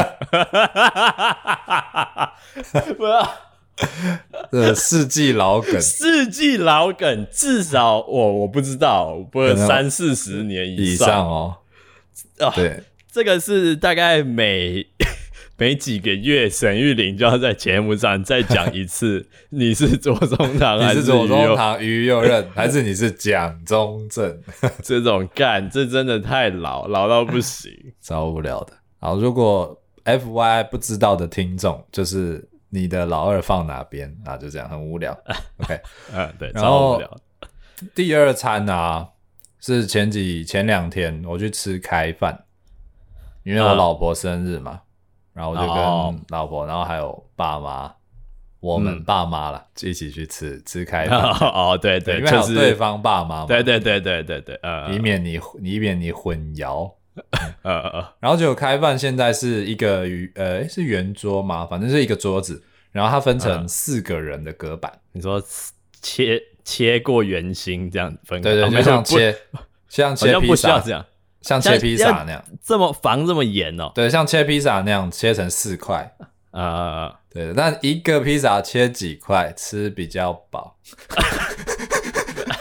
不要。 世纪老梗，至少我不知道，不是30-40年以上对， 这个是大概每几个月，沈玉琳就要在节目上再讲一次，你是左宗棠还是左宗棠于右任，还是你是蒋中正？ 这种这真的太老到不行， 超无聊的。好，如果 FYI 不知道的听众，就是你的老二放哪边啊？就这样，很无聊。OK， 对，超无聊。 第二餐啊，是前2天我去吃开饭，因为我老婆生日嘛，然后我就跟老婆，然后还有爸妈，我们爸妈啦，一起去吃开饭。 对， 因为还有对方爸妈嘛。 对， 以免你混淆。然后结果开饭现在是一个是圆桌吗？反正是一个桌子，然后它分成4个人的隔板。 你说切过圆形这样分开？ 对，就像切披萨这样， 像切披萨那样， 这么严哦？ 对，像切披萨那样切成4块。对，但一个披萨切几块，吃比较饱。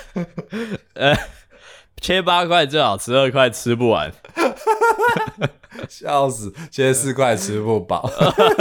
切8块最好，吃2块吃不完。 笑死，切4块吃不饱。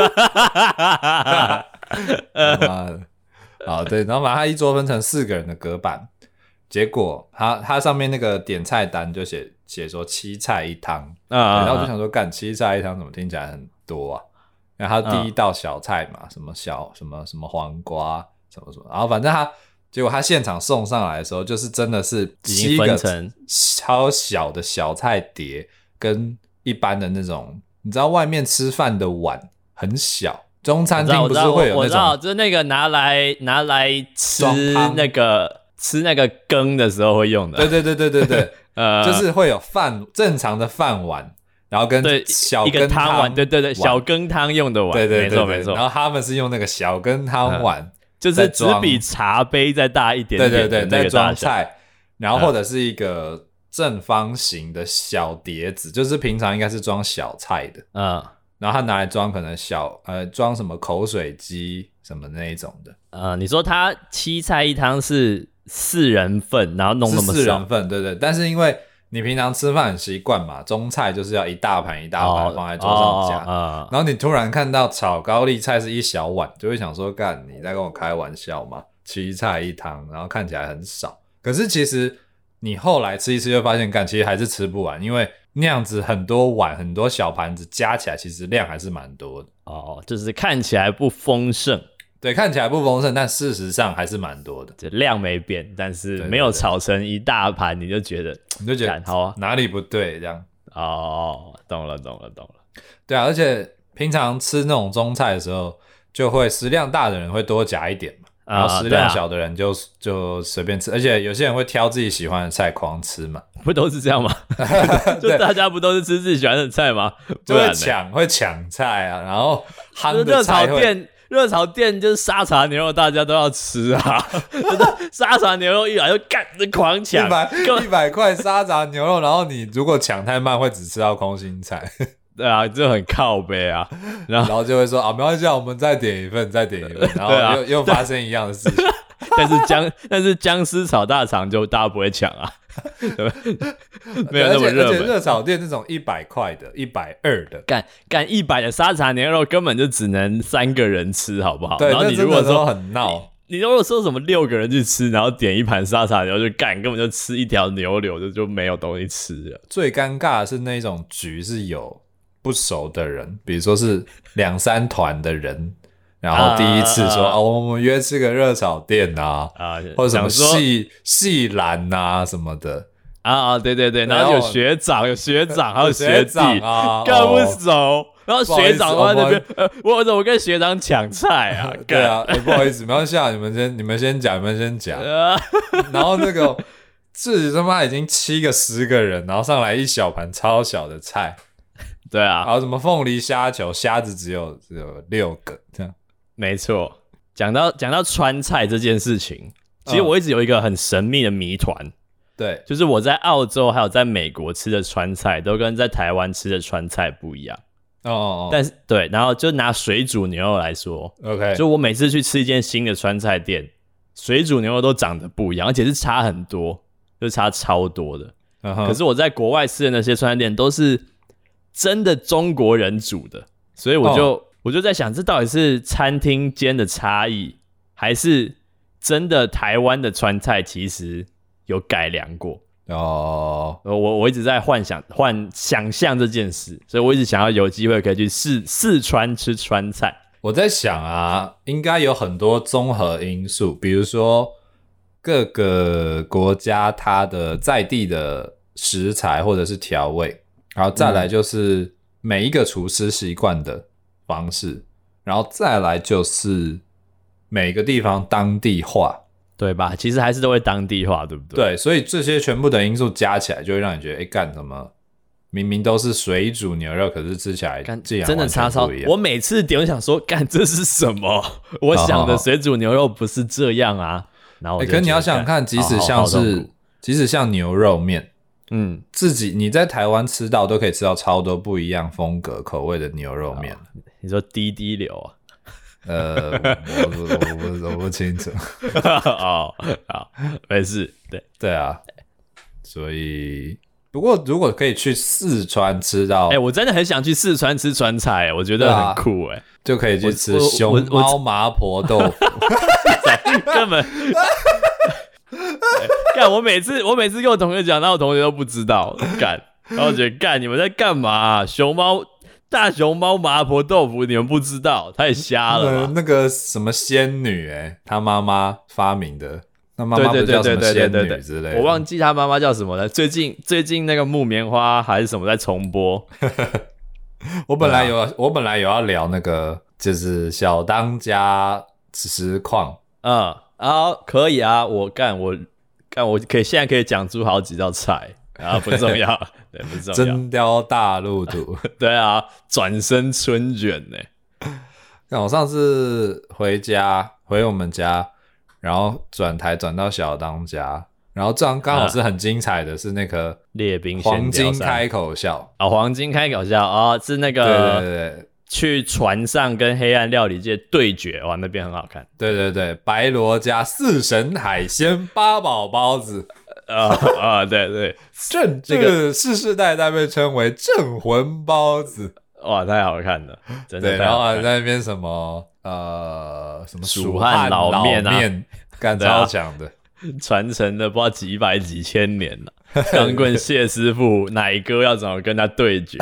妈的，好对，然后把它一桌分成4个人的隔板，结果它上面那个点菜单就写说7菜1汤然后我就想说，干7菜1汤怎么听起来很多啊？然后它第一道小菜嘛，什么什么黄瓜什么什么，然后反正结果他现场送上来的时候，就是真的是7个超小的小菜碟，跟一般的那种，你知道外面吃饭的碗很小，中餐厅不是会有那种， 我知道，就是那个拿来吃那个羹的时候会用的。 对，就是会有正常的饭碗，然后跟小羹汤碗，对，小羹汤用的碗， 对， 没错。 然后他们是用那个小羹汤碗。 就是只比茶杯再大一点点， 对，在装菜，然后或者是一个正方形的小碟子，就是平常应该是装小菜的，然后他拿来装可能装什么口水鸡什么那一种的， 你说他7菜1汤是4人份，然后弄那么少， 是4人份，对，但是因为你平常吃饭很习惯嘛，中菜就是要一大盘放在桌上夹，然后你突然看到炒高丽菜是一小碗，就会想说，干，你在跟我开玩笑吗？7菜1汤，然后看起来很少，可是其实你后来吃一吃就发现，干，其实还是吃不完，因为那样子很多碗很多小盘子加起来，其实量还是蛮多的。 就是看起来不丰盛。 对，看起来不丰盛，但事实上还是蛮多的。 就量没变，但是没有炒成一大盘，你就觉得好啊， 哪里不对这样。 懂了。 对啊，而且平常吃那种中菜的时候，就会食量大的人会多夹一点嘛，然后食量小的人就随便吃，而且有些人会挑自己喜欢的菜狂吃嘛， 不都是这样吗？就大家不都是吃自己喜欢的菜吗？ 就会抢菜啊，然后夯的菜热炒店就是沙茶牛肉，大家都要吃啊！沙茶牛肉一来就干着狂抢 ，100块沙茶牛肉，然后你如果抢太慢，会只吃到空心菜。 对啊，这很靠北啊！然后就会说没关系，我们再点一份，然后又发生一样的事情。 但是姜丝炒大肠就大家不会抢啊，没有那么热门。 而且热炒店这种100块的、120的， 干100的沙茶牛肉根本就只能3个人吃，好不好？ 对， 然后你如果说很闹， 你如果说什么6个人去吃，然后点一盘沙茶牛肉，就根本就吃一条牛柳就没有东西吃了。 最尴尬的是那种局是有不熟的人，比如说是2-3团的人。然后第一次说我们约吃个热炒店或者什么细兰什么的对，然后有学长还有学弟更不熟，然后学长在那边我怎么跟学长抢菜啊？ 对啊，不好意思，没关系啊，你们先讲然后那个自己他妈已经7个10个人，然后上来一小盘超小的菜， 对啊， 然后什么凤梨虾球，虾子只有6个这样。 没错，讲到川菜这件事情，其实我一直有一个很神秘的谜团， 对， 就是我在澳洲还有在美国吃的川菜都跟在台湾吃的川菜不一样。但是对，然后就拿水煮牛肉来说 ，OK， 就我每次去吃一间新的川菜店，水煮牛肉都长得不一样，而且是差很多，就差超多的。可是我在国外吃的那些川菜店都是真的中国人煮的，所以我就在想，这到底是餐厅间的差异，还是真的台湾的川菜其实有改良过？我一直在想象这件事，所以我一直想要有机会可以去四川吃川菜。 我在想应该有很多综合因素，比如说各个国家它的在地的食材或者是调味，然后再来就是每一个厨师习惯的方式，然后再来就是每个地方当地化， 对吧？其实还是都会当地化，对不对？ 对，所以这些全部的因素加起来，就会让你觉得，干什么？明明都是水煮牛肉，可是吃起来竟然真的差超。我每次点，我想说，干这是什么？我想的水煮牛肉不是这样啊。然后可是你要想想看，即使像牛肉面。自己你在台湾吃到都可以吃到超多不一样风格口味的牛肉面。 你说滴滴流啊？ 我不清楚。 好，没事。对啊，所以不过如果可以去四川吃到， 我真的很想去四川吃川菜，我觉得很酷就可以去吃熊猫麻婆豆腐， 根本。干！我每次跟我同学讲，然后我同学都不知道，干，然后我觉得干你们在干嘛啊？大熊猫麻婆豆腐，你们不知道，太瞎了吧？ 那个什么仙女她妈妈发明的，那妈妈不叫什么仙女之类的， 我忘记她妈妈叫什么了。最近那个木棉花还是什么在重播。 我本来有要聊那个，就是小当家实况， 可以啊，我现在可以讲出好几道菜啊，不重要，对，不重要。 真雕大陆图， 对啊，转身春卷呢。 我上次回我们家，然后转台转到小当家，然后这样刚好是很精彩的，是那个列兵黄金开口笑黄金开口笑是那个对。 去船上跟黑暗料理界对决，哇，那边很好看。 对，白罗加四神海鲜八宝包子， 对， 这个世世代代被称为镇魂包子， 哇，太好看了，真的。 对，然后还在那边什么蜀汉老面干超强的， 传承了不知道几百几千年了。钢棍谢师傅奶哥要怎么跟他对决？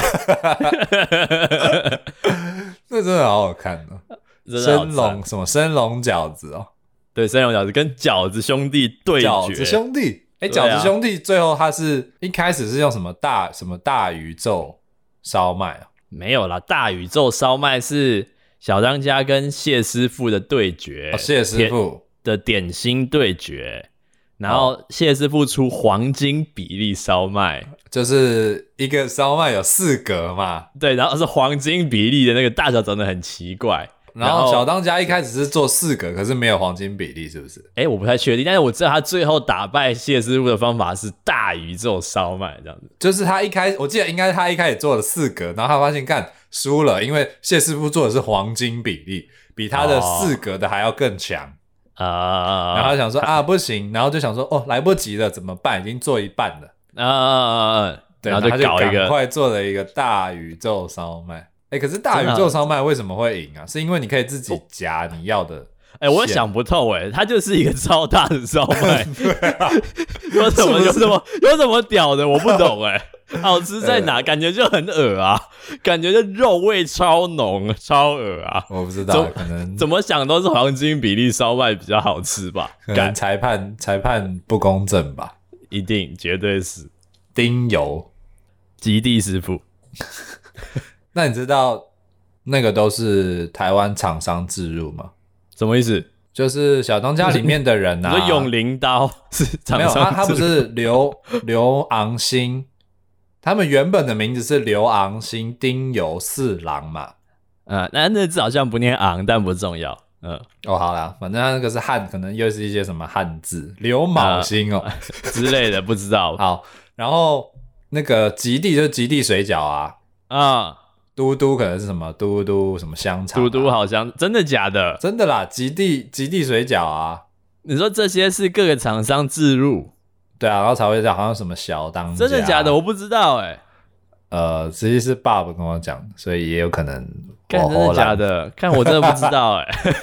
那真的好好看生龙饺子对，生龙饺子跟饺子兄弟对决。 饺子兄弟，饺子兄弟最后他是一开始是用什么大宇宙烧麦没有啦，大宇宙烧麦是小当家跟谢师傅的对决， 谢师傅的点心对决。然后谢师傅出黄金比例烧麦， 就是一个烧麦有4格嘛， 对，然后是黄金比例的那个大小长得很奇怪。 然后小当家一开始是做4格，可是没有黄金比例，是不是？ 我不太确定，但是我知道他最后打败谢师傅的方法是大宇宙烧麦这样子。 就是我记得应该他一开始做了4格，然后他发现输了，因为谢师傅做的是黄金比例，比他的4格的还要更强。然后想说不行，然后就想说来不及了，怎么办？已经做一半了对，然后就搞一个，赶快做了一个大宇宙烧麦。可是大宇宙烧麦为什么会赢啊？是因为你可以自己夹你要的。 我也想不透它就是一个超大的烧麦， 对啊， 有什么屌的？我不懂好吃在哪？感觉就很恶啊，感觉就肉味超浓，超恶啊！ 我不知道，可能怎么想都是黄金比例烧麦比较好吃吧？ 可能裁判不公正吧？ 一定，绝对是丁油极地师傅。 那你知道那个都是台湾厂商置入吗？ 什么意思？ 就是小当家里面的人你说永灵刀是厂商？ 没有，他不是刘昂星，他们原本的名字是刘昂星、丁酉四郎嘛。 那字好像不念昂，但不重要。 好啦，反正他那个是汉，可能又是一些什么汉字，刘卯星之类的，不知道。 好，然后那个极地就是极地水饺嘟嘟可能是什么嘟嘟什么香肠嘟嘟好像真的假的？ 真的啦，极地水饺你说这些是各个厂商置入？ 对啊，然后才会讲好像什么小当家， 真的假的？我不知道实际是爸爸跟我讲的，所以也有可能。 真的假的？看我真的不知道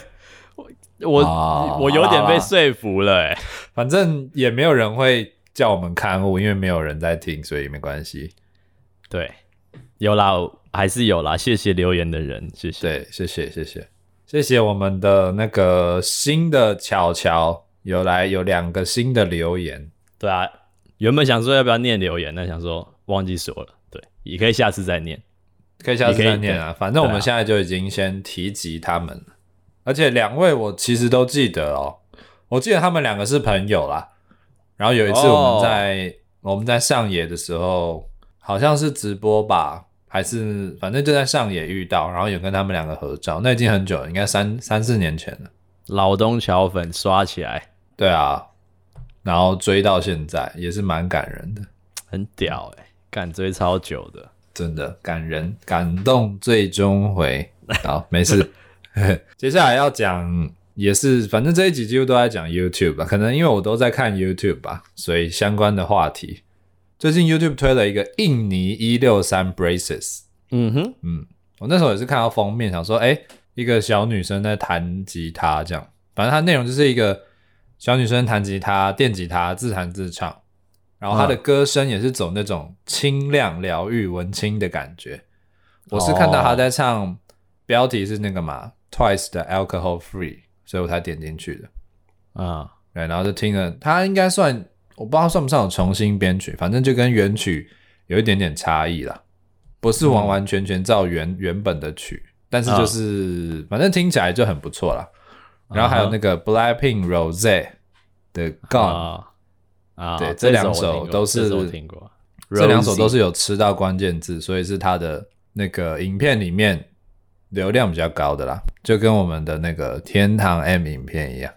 我有点被说服了反正也没有人会叫我们刊物，因为没有人在听，所以没关系。 对，有啦，还是有啦，谢谢留言的人，谢谢。 对，谢谢我们的那个新的巧有2个新的留言。 对啊，原本想说要不要念留言，但想说忘记说了，对，也可以下次再念。 可以下次再念反正我们现在就已经先提及他们了，而且2位我其实都记得我记得他们2个是朋友啦。然后有一次我们在上野的时候，好像是直播吧，还是反正就在上野遇到，然后有跟他们2个合照，那已经很久了，应该3、4年前了。 老东桥粉刷起来， 对啊，然后追到现在也是蛮感人的， 很屌干追超久的。 真的感人，感动最终回。好，没事。接下来要讲也是，反正这一集几乎都在讲 YouTube 吧，可能因为我都在看 YouTube 吧，所以相关的话题最近 YouTube 推了一个印尼163 braces， 我那时候也是看到封面想说一个小女生在弹吉他这样，反正它内容就是一个小女生弹吉他电吉他自弹自唱，然后她的歌声也是走那种清亮疗愈文青的感觉。我是看到她在唱标题是那个嘛 Twice 的 Alcohol Free， 所以我才点进去的对，然后就听了，她应该算我不知道算不算有重新编曲，反正就跟原曲有一点点差异啦，不是完完全全照原本的曲，但是就是反正听起来就很不错啦。然后还有那个 Blackpink Rosé 的 Gone，对，这两首都是我听过， 这两首都是有吃到关键字，所以是他的那个影片里面流量比较高的啦，就跟我们的那个天堂 M 影片一样。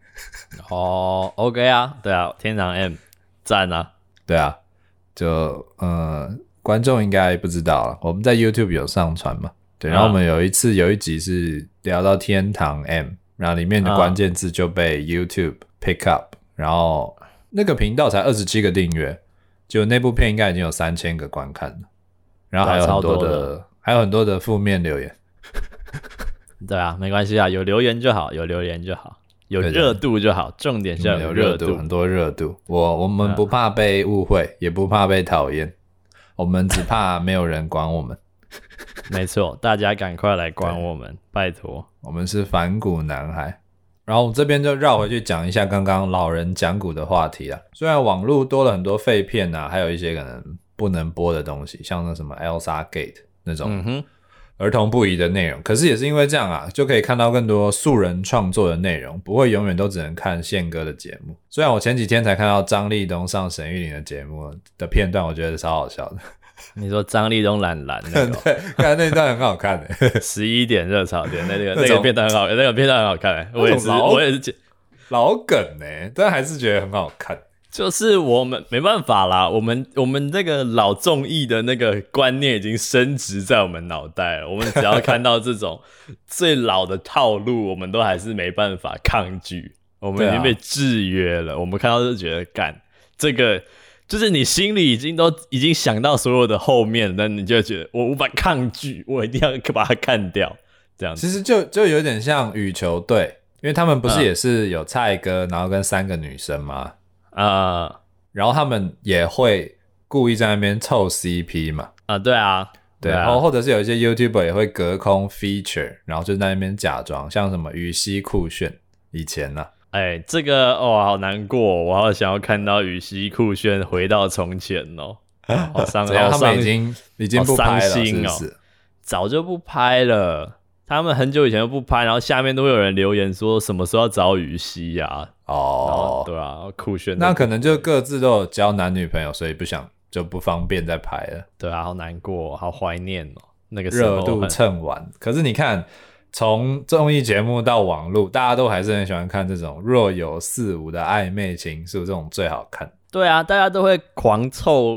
OK 啊，对啊，天堂 M 赞啊， 对啊，就观众应该不知道了，我们在 YouTube 有上传嘛，对，然后我们有一集是聊到天堂 M， 然后里面的关键字就被 YouTube pick up， 然后那个频道才27个订阅，就那部片应该已经有3000个观看了，然后还有很多的负面留言。 对啊，没关系啊，有留言就好，有热度就好，重点是要有热度， 很多热度。我们不怕被误会，也不怕被讨厌，我们只怕没有人管我们。 没错，大家赶快来管我们，拜托。 我们是反骨男孩。然后我们这边就绕回去讲一下刚刚老人讲古的话题啦。虽然网络多了很多废片啊，还有一些可能不能播的东西，像那什么 Elsa Gate 那种儿童不宜的内容，可是也是因为这样啊，就可以看到更多素人创作的内容，不会永远都只能看宪哥的节目。虽然我前几天才看到张立东上沈玉琳的节目的片段，我觉得超好笑的。 你说张立东懒懒那个对，看那段很好看的 11点热炒店那个片段很好，那个片段很好看我也是老梗但还是觉得很好看。 就是我们没办法啦，我们那个老综艺的那个观念已经深植在我们脑袋了，我们只要看到这种最老的套路，我们都还是没办法抗拒，我们已经被制约了。我们看到就觉得干这个，就是你心里已经想到所有的后面，但你就觉得我无法抗拒，我一定要把它看掉。这样子其实就有点像羽球队，因为他们不是也是有蔡哥，然后跟3个女生吗？然后他们也会故意在那边凑 CP 嘛。 对啊， 然后或者是有一些 YouTuber 也会隔空 feature， 然后就在那边假装，像什么羽西酷炫以前啊。 这个好难过，我好想要看到羽西酷炫回到从前哦。好伤心， 他们已经不拍了，是不是？ 早就不拍了。他们很久以前就不拍，然后下面都会有人留言说什么时候要找羽西啊？对啊，酷炫。 那可能就各自都有交男女朋友，所以就不方便再拍了。 对啊，好难过，好怀念哦，那个时候热度蹭完。可是你看，从综艺节目到网络，大家都还是很喜欢看这种若有似无的暧昧情愫，这种最好看。 对啊，大家都会狂凑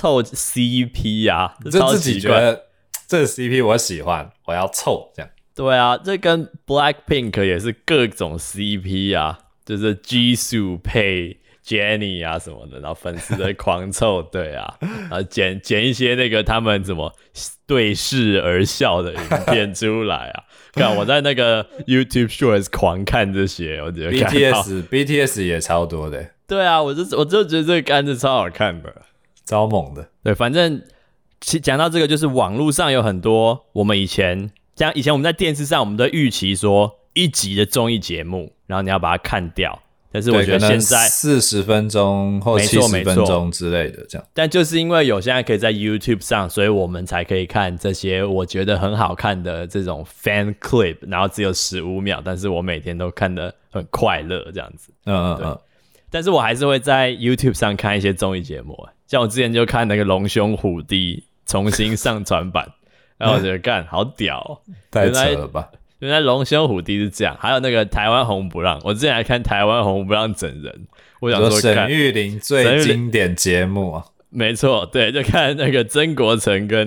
CP 啊， 就自己觉得这个 CP 我喜欢，我要凑这样。 对啊，这跟 Blackpink 也是各种 CP 啊，就是 Jisoo 配 Jennie 啊什么的，然后粉丝在狂凑，对啊，然后剪一些那个他们怎么对视而笑的影片出来啊。看我在那个 YouTube Shorts 狂看这些，我觉得 BTS 也超多的。 对啊，我就觉得这个杆子超好看的， 超猛的。 对，反正讲到这个，就是网络上有很多我们以前我们在电视上，我们都预期说一集的综艺节目，然后你要把它看掉。但是我觉得现在 40分钟或70分钟之类的这样。 但就是因为有现在可以在 YouTube 上，所以我们才可以看这些我觉得很好看的这种 fan clip， 然后只有15秒，但是我每天都看得很快乐这样子。但是我还是会在 YouTube 上看一些综艺节目，像我之前就看那个龙兄虎弟重新上传版，然后我觉得干好屌哦， 太扯了吧！ 原来龙兄虎弟是这样，还有那个台湾红不让，我之前还看台湾红不让整人，我想说沈玉琳最经典节目啊， 没错，对，就看那个曾国城跟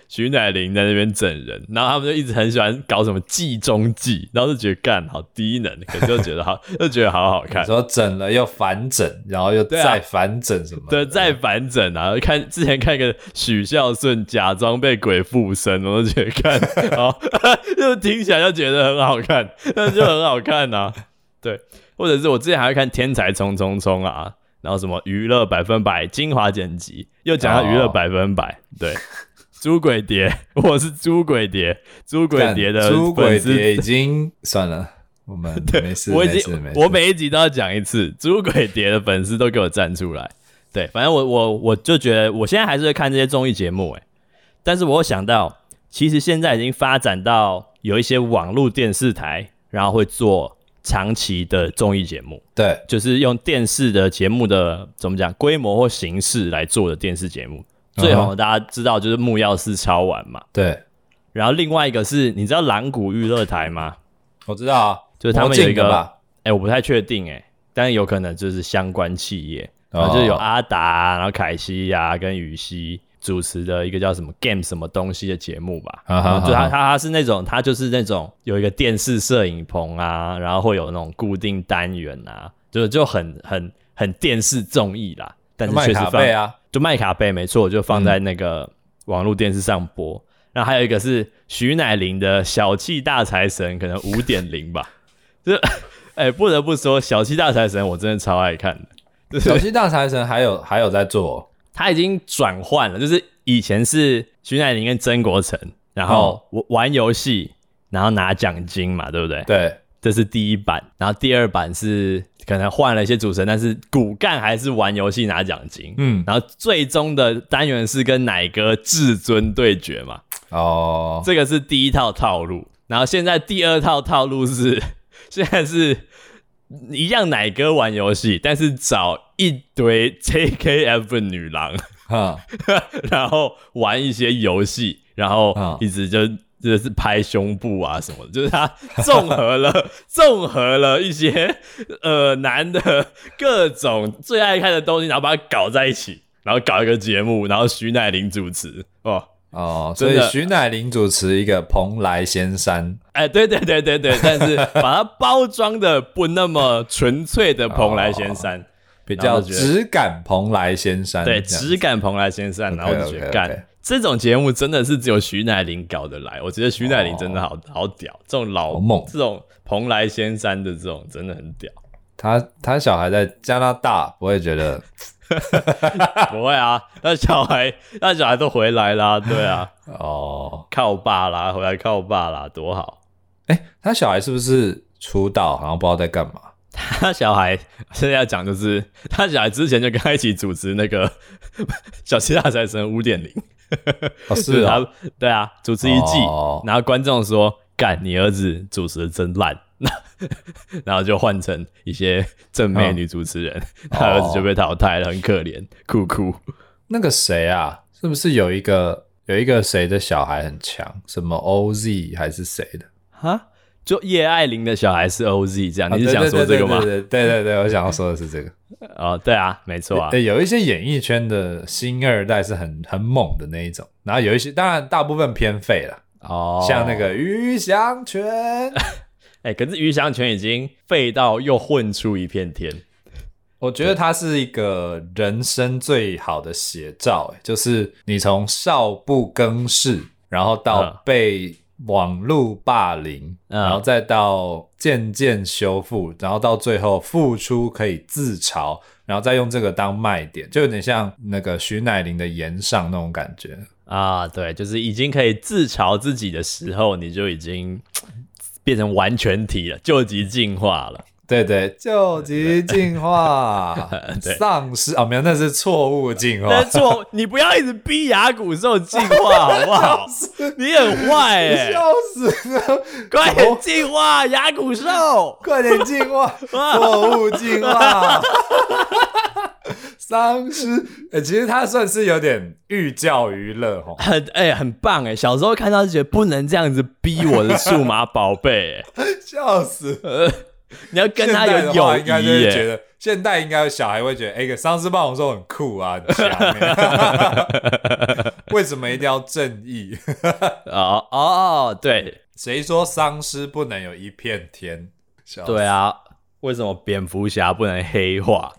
徐乃麟在那边整人，然后他们就一直很喜欢搞什么计中计，然后就觉得干好低能，可是就觉得好好看。 说整了又反整，然后又再反整什么的？ 对，再反整啊！之前看一个许孝顺假装被鬼附身，我就觉得看，就听起来就觉得很好看，那就很好看啊。对，或者是我之前还会看《天才冲冲冲》啊，然后什么娱乐100%精华剪辑，又讲到娱乐100%，对。猪鬼蝶，我是猪鬼蝶，猪鬼蝶的猪鬼蝶已经算了，我们没事， 我每一集都要讲一次，猪鬼蝶的粉丝都给我站出来。对，反正我就觉得，我现在还是会看这些综艺节目，但是我有想到，其实现在已经发展到有一些网络电视台，然后会做长期的综艺节目， 对， 就是用电视的节目的怎么讲规模或形式来做的电视节目。最红的大家知道就是木曜4超玩嘛， 对。 然后另外一个是你知道蓝谷娱乐台吗？ 我知道啊， 就是他们有一个，我不太确定但是有可能就是相关企业，然后就是有阿达，然后凯西啊跟羽西主持的一个叫什么 Game 什么东西的节目吧。就他是那种，他就是那种有一个电视摄影棚啊，然后会有那种固定单元啊，就很电视综艺啦。但是确实就麦卡贝没错，就放在那个网络电视上播。然后还有一个是徐乃麟的小气大财神，可能 5.0 吧。就是不得不说小气大财神我真的超爱看的。 小气大财神还有在做， 他已经转换了，就是以前是徐乃麟跟曾国城，然后玩游戏，然后拿奖金嘛，对不对？ 对， 这是第一版。然后第二版是可能换了一些主持人，但是骨干还是玩游戏拿奖金。然后最终的单元是跟奶哥至尊对决嘛。这个是第一套套路。然后现在第二套套路是，现在是一样奶哥玩游戏，但是找一堆 JKF 的女郎，然后玩一些游戏，然后一直就是拍胸部啊什么的，就是他综合了一些男的各种最爱看的东西，然后把它搞在一起，然后搞一个节目，然后徐乃麟主持所以徐乃麟主持一个蓬莱仙山， 对，但是把它包装的不那么纯粹的蓬莱仙山， 比较质感蓬莱仙山， 对，质感蓬莱仙山，然后我就觉得干。这种节目真的是只有徐乃麟搞得来，我觉得徐乃麟真的好屌，这种老猛，这种蓬莱仙山的这种真的很屌。 他小孩在加拿大，不会觉得不会啊，那小孩都回来啦，对啊，靠爸啦，回来靠爸啦，多好。 他小孩是不是出道，好像不知道在干嘛？ 他小孩现在要讲就是，他小孩之前就跟他一起主持那个小气大财神 5.0。 是啊， 对啊，主持一季，然后观众说干你儿子主持的真烂，然后就换成一些正妹女主持人，他儿子就被淘汰了，很可怜，哭。 那个谁啊，是不是有一个谁的小孩很强，什么 OZ 还是谁的？ 就叶爱玲的小孩是 OZ 这样，你是想说这个吗？ 对，我想要说的是这个。 对啊，没错啊。 有一些演艺圈的新二代是很猛的那一种，然后有一些当然大部分偏废了。像那个余祥全， 可是余祥全已经废到又混出一片天。 我觉得他是一个人生最好的写照，就是你从少不更事，然后到被网络霸凌，然后再到渐渐修复，然后到最后复出可以自嘲，然后再用这个当卖点，就有点像那个徐乃麟的岩上那种感觉对，就是已经可以自嘲自己的时候，你就已经变成完全体了，究极进化了。 对，究极进化，丧尸没有，那是错误进化。 你不要一直逼牙骨兽进化好不好？你很坏笑死了！ 快点进化，牙骨兽！ 快点进化，错误进化。丧尸，其实他算是有点寓教于乐很棒小时候看到就觉得不能这样子逼我的数码宝贝笑死。 你要跟他现代的有友谊话应该就会觉耶。 得，现代应该小孩会觉得，丧尸霸王兽很酷啊，很强欸为什么一定要正义？ 对谁说丧尸不能有一片天？ 对啊，为什么蝙蝠侠不能黑化？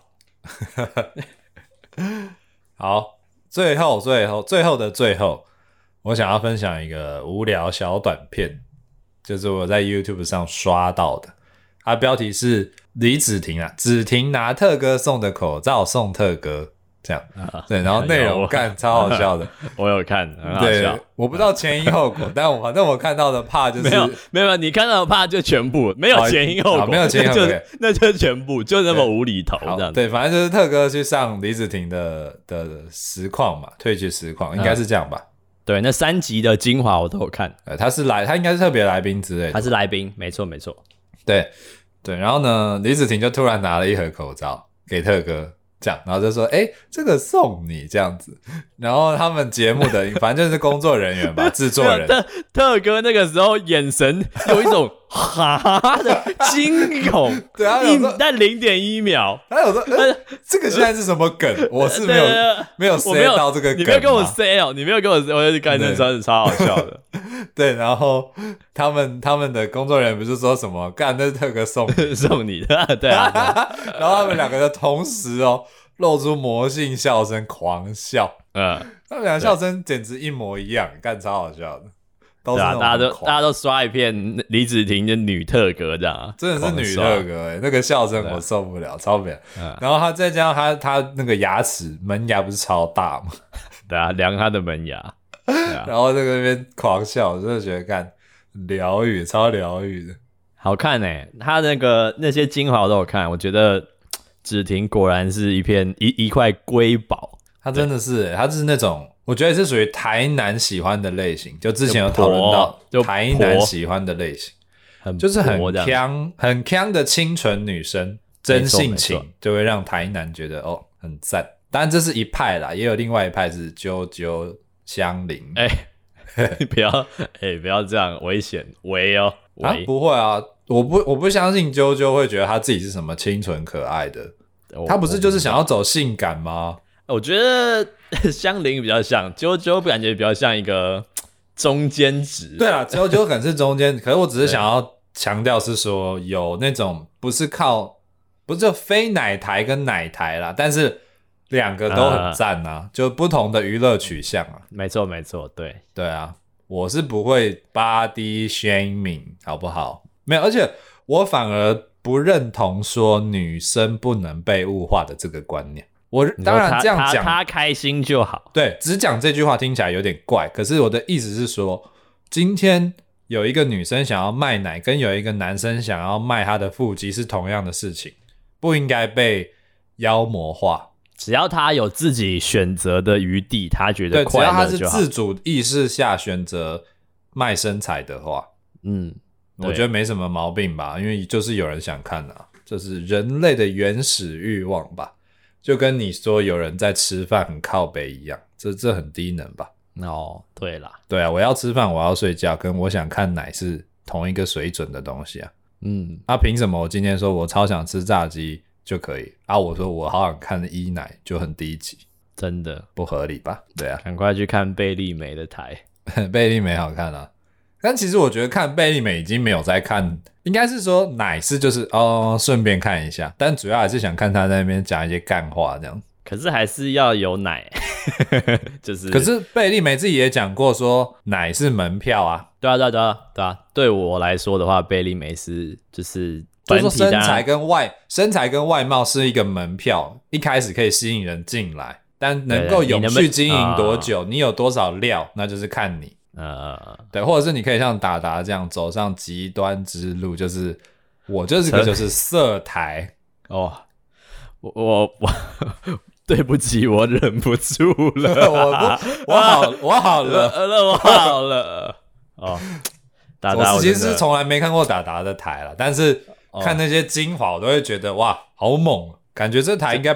好，最后的最后，我想要分享一个无聊小短片，就是我在 YouTube 上刷到的，它标题是李芷婷啊，芷婷拿特哥送的口罩送特哥，这样，对，然后内容干超好笑的， 我有看，很好对笑。， 我不知道前因后果，但反正我看到的怕就是没有，你看到的怕就全部，没有前因后果， 没有前因后果， 那就是全部，就那么无厘头好这样子。 对，反正就是特哥去上李芷婷的实况嘛，退去实况，应该是这样吧。 对，那3集的精华我都有看， 他应该是特别来宾之类的。 他是来宾，没错。 对，然后呢，李芷婷就突然拿了一盒口罩给特哥，这样，然后就说：“这个送你这样子。”然后他们节目的反正就是工作人员吧，制作人。 特哥那个时候眼神有一种哈的惊恐， 对啊， 但0.1秒， 他有说：“这个现在是什么梗？我是没有 say 到这个梗， 你没有跟我 say 哦，你没有跟我 say， 我就感觉真的超好笑的。 对，然后他们的工作人员不是说什么干那是特哥送你送你的，对啊， 然后他们两个就同时露出魔性笑声，狂笑。他们两个笑声简直一模一样，干超好笑的。都是对啊，大家都刷一片李芷婷的女特哥这样啊， 真的是女特哥那个笑声我受不了，超扁。然后他再加上他那个牙齿门牙不是超大吗？ 对啊，量他的门牙。 然后在那边狂笑，我真的觉得干疗愈，超疗愈的， 好看他那些精华我都有看，我觉得芷婷果然是一块瑰宝。 他真的是他就是那种我觉得是属于台南喜欢的类型，就之前有讨论到台南喜欢的类型，就是很鏘的清纯女生，真性情就会让台南觉得很赞。当然这是一派啦，也有另外一派是啾啾香菱。 不要这样，危险， 不会啊，我不相信啾啾会觉得他自己是什么清纯可爱的，他不是就是想要走性感吗？ 我觉得香菱比较像，啾啾感觉比较像一个中间值。 对啊，啾啾可能是中间，可是我只是想要强调是说有那种不是非奶台跟奶台啦，但是两个都很赞啊，就不同的娱乐取向啊。 没错，对啊，我是不会 body shaming 好不好？没有，而且我反而不认同说女生不能被物化的这个观念。我当然这样讲， 他开心就好。 对，只讲这句话听起来有点怪，可是我的意思是说，今天有一个女生想要卖奶，跟有一个男生想要卖他的腹肌是同样的事情，不应该被妖魔化。 只要他有自己选择的余地，他觉得快乐就好。 对，只要他是自主意识下选择卖身材的话，我觉得没什么毛病吧，因为就是有人想看啊，这是人类的原始欲望吧。就跟你说有人在吃饭很靠北一样，这很低能吧？ 对啦， 对啊，我要吃饭，我要睡觉，跟我想看奶是同一个水准的东西啊。凭什么我今天说我超想吃炸鸡就可以啊？我说我好想看一奶就很低级， 真的不合理吧？对啊， 赶快去看贝利美的台， 贝利美好看啊。但其实我觉得看贝利美已经没有在看，应该是说奶是就是顺便看一下，但主要还是想看他在那边讲一些干话这样。 可是还是要有奶，就是。 可是贝利美自己也讲过说奶是门票啊。 对啊，对我来说的话，贝利美是就是说身材跟外貌是一个门票，一开始可以吸引人进来，但能够永续经营多久，你有多少料，那就是看你。对，或者是你可以像达达这样走上极端之路，就是我就是个就是色台我对不起，我忍不住了， 我好了达达， 我其实从来没看过达达的台了，但是看那些精华，我都会觉得哇，好猛，感觉这台应该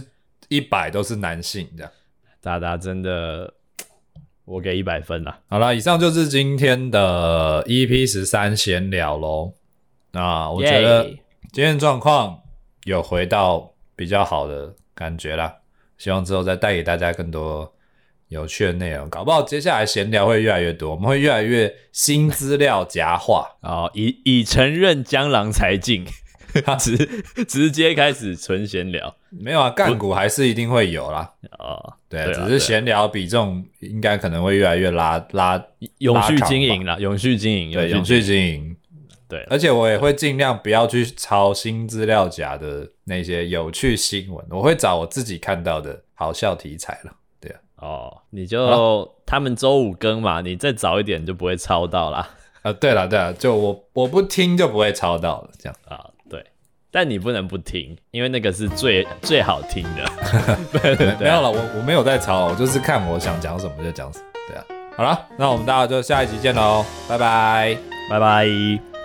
100%都是男性的。 达达真的。我给100分啦。 好了，以上就是今天的 EP13 闲聊咯。那我觉得今天状况有回到比较好的感觉啦，希望之后再带给大家更多有趣的内容，搞不好接下来闲聊会越来越多，我们会越来越新资料夹化哦，已承认江郎才尽，直接开始纯闲聊。 没有啊，干股还是一定会有啦。 哦， 对， 对只是闲聊比重应该可能会越来越拉永续经营啦，永续经营， 对，永续经营。 对， 而且我也会尽量不要去抄新资料夹的那些有趣新闻，我会找我自己看到的好笑题材了。对啊， 哦，你就他们周五更嘛，你再早一点就不会抄到啦。 对了，就我不听就不会抄到了，这样啊，对。但你不能不听，因为那个是最好听的。对， 没有了，我没有在抄，我就是看我想讲什么就讲什么。对啊，好了，那我们大家就下一集见喽，拜拜， 拜拜。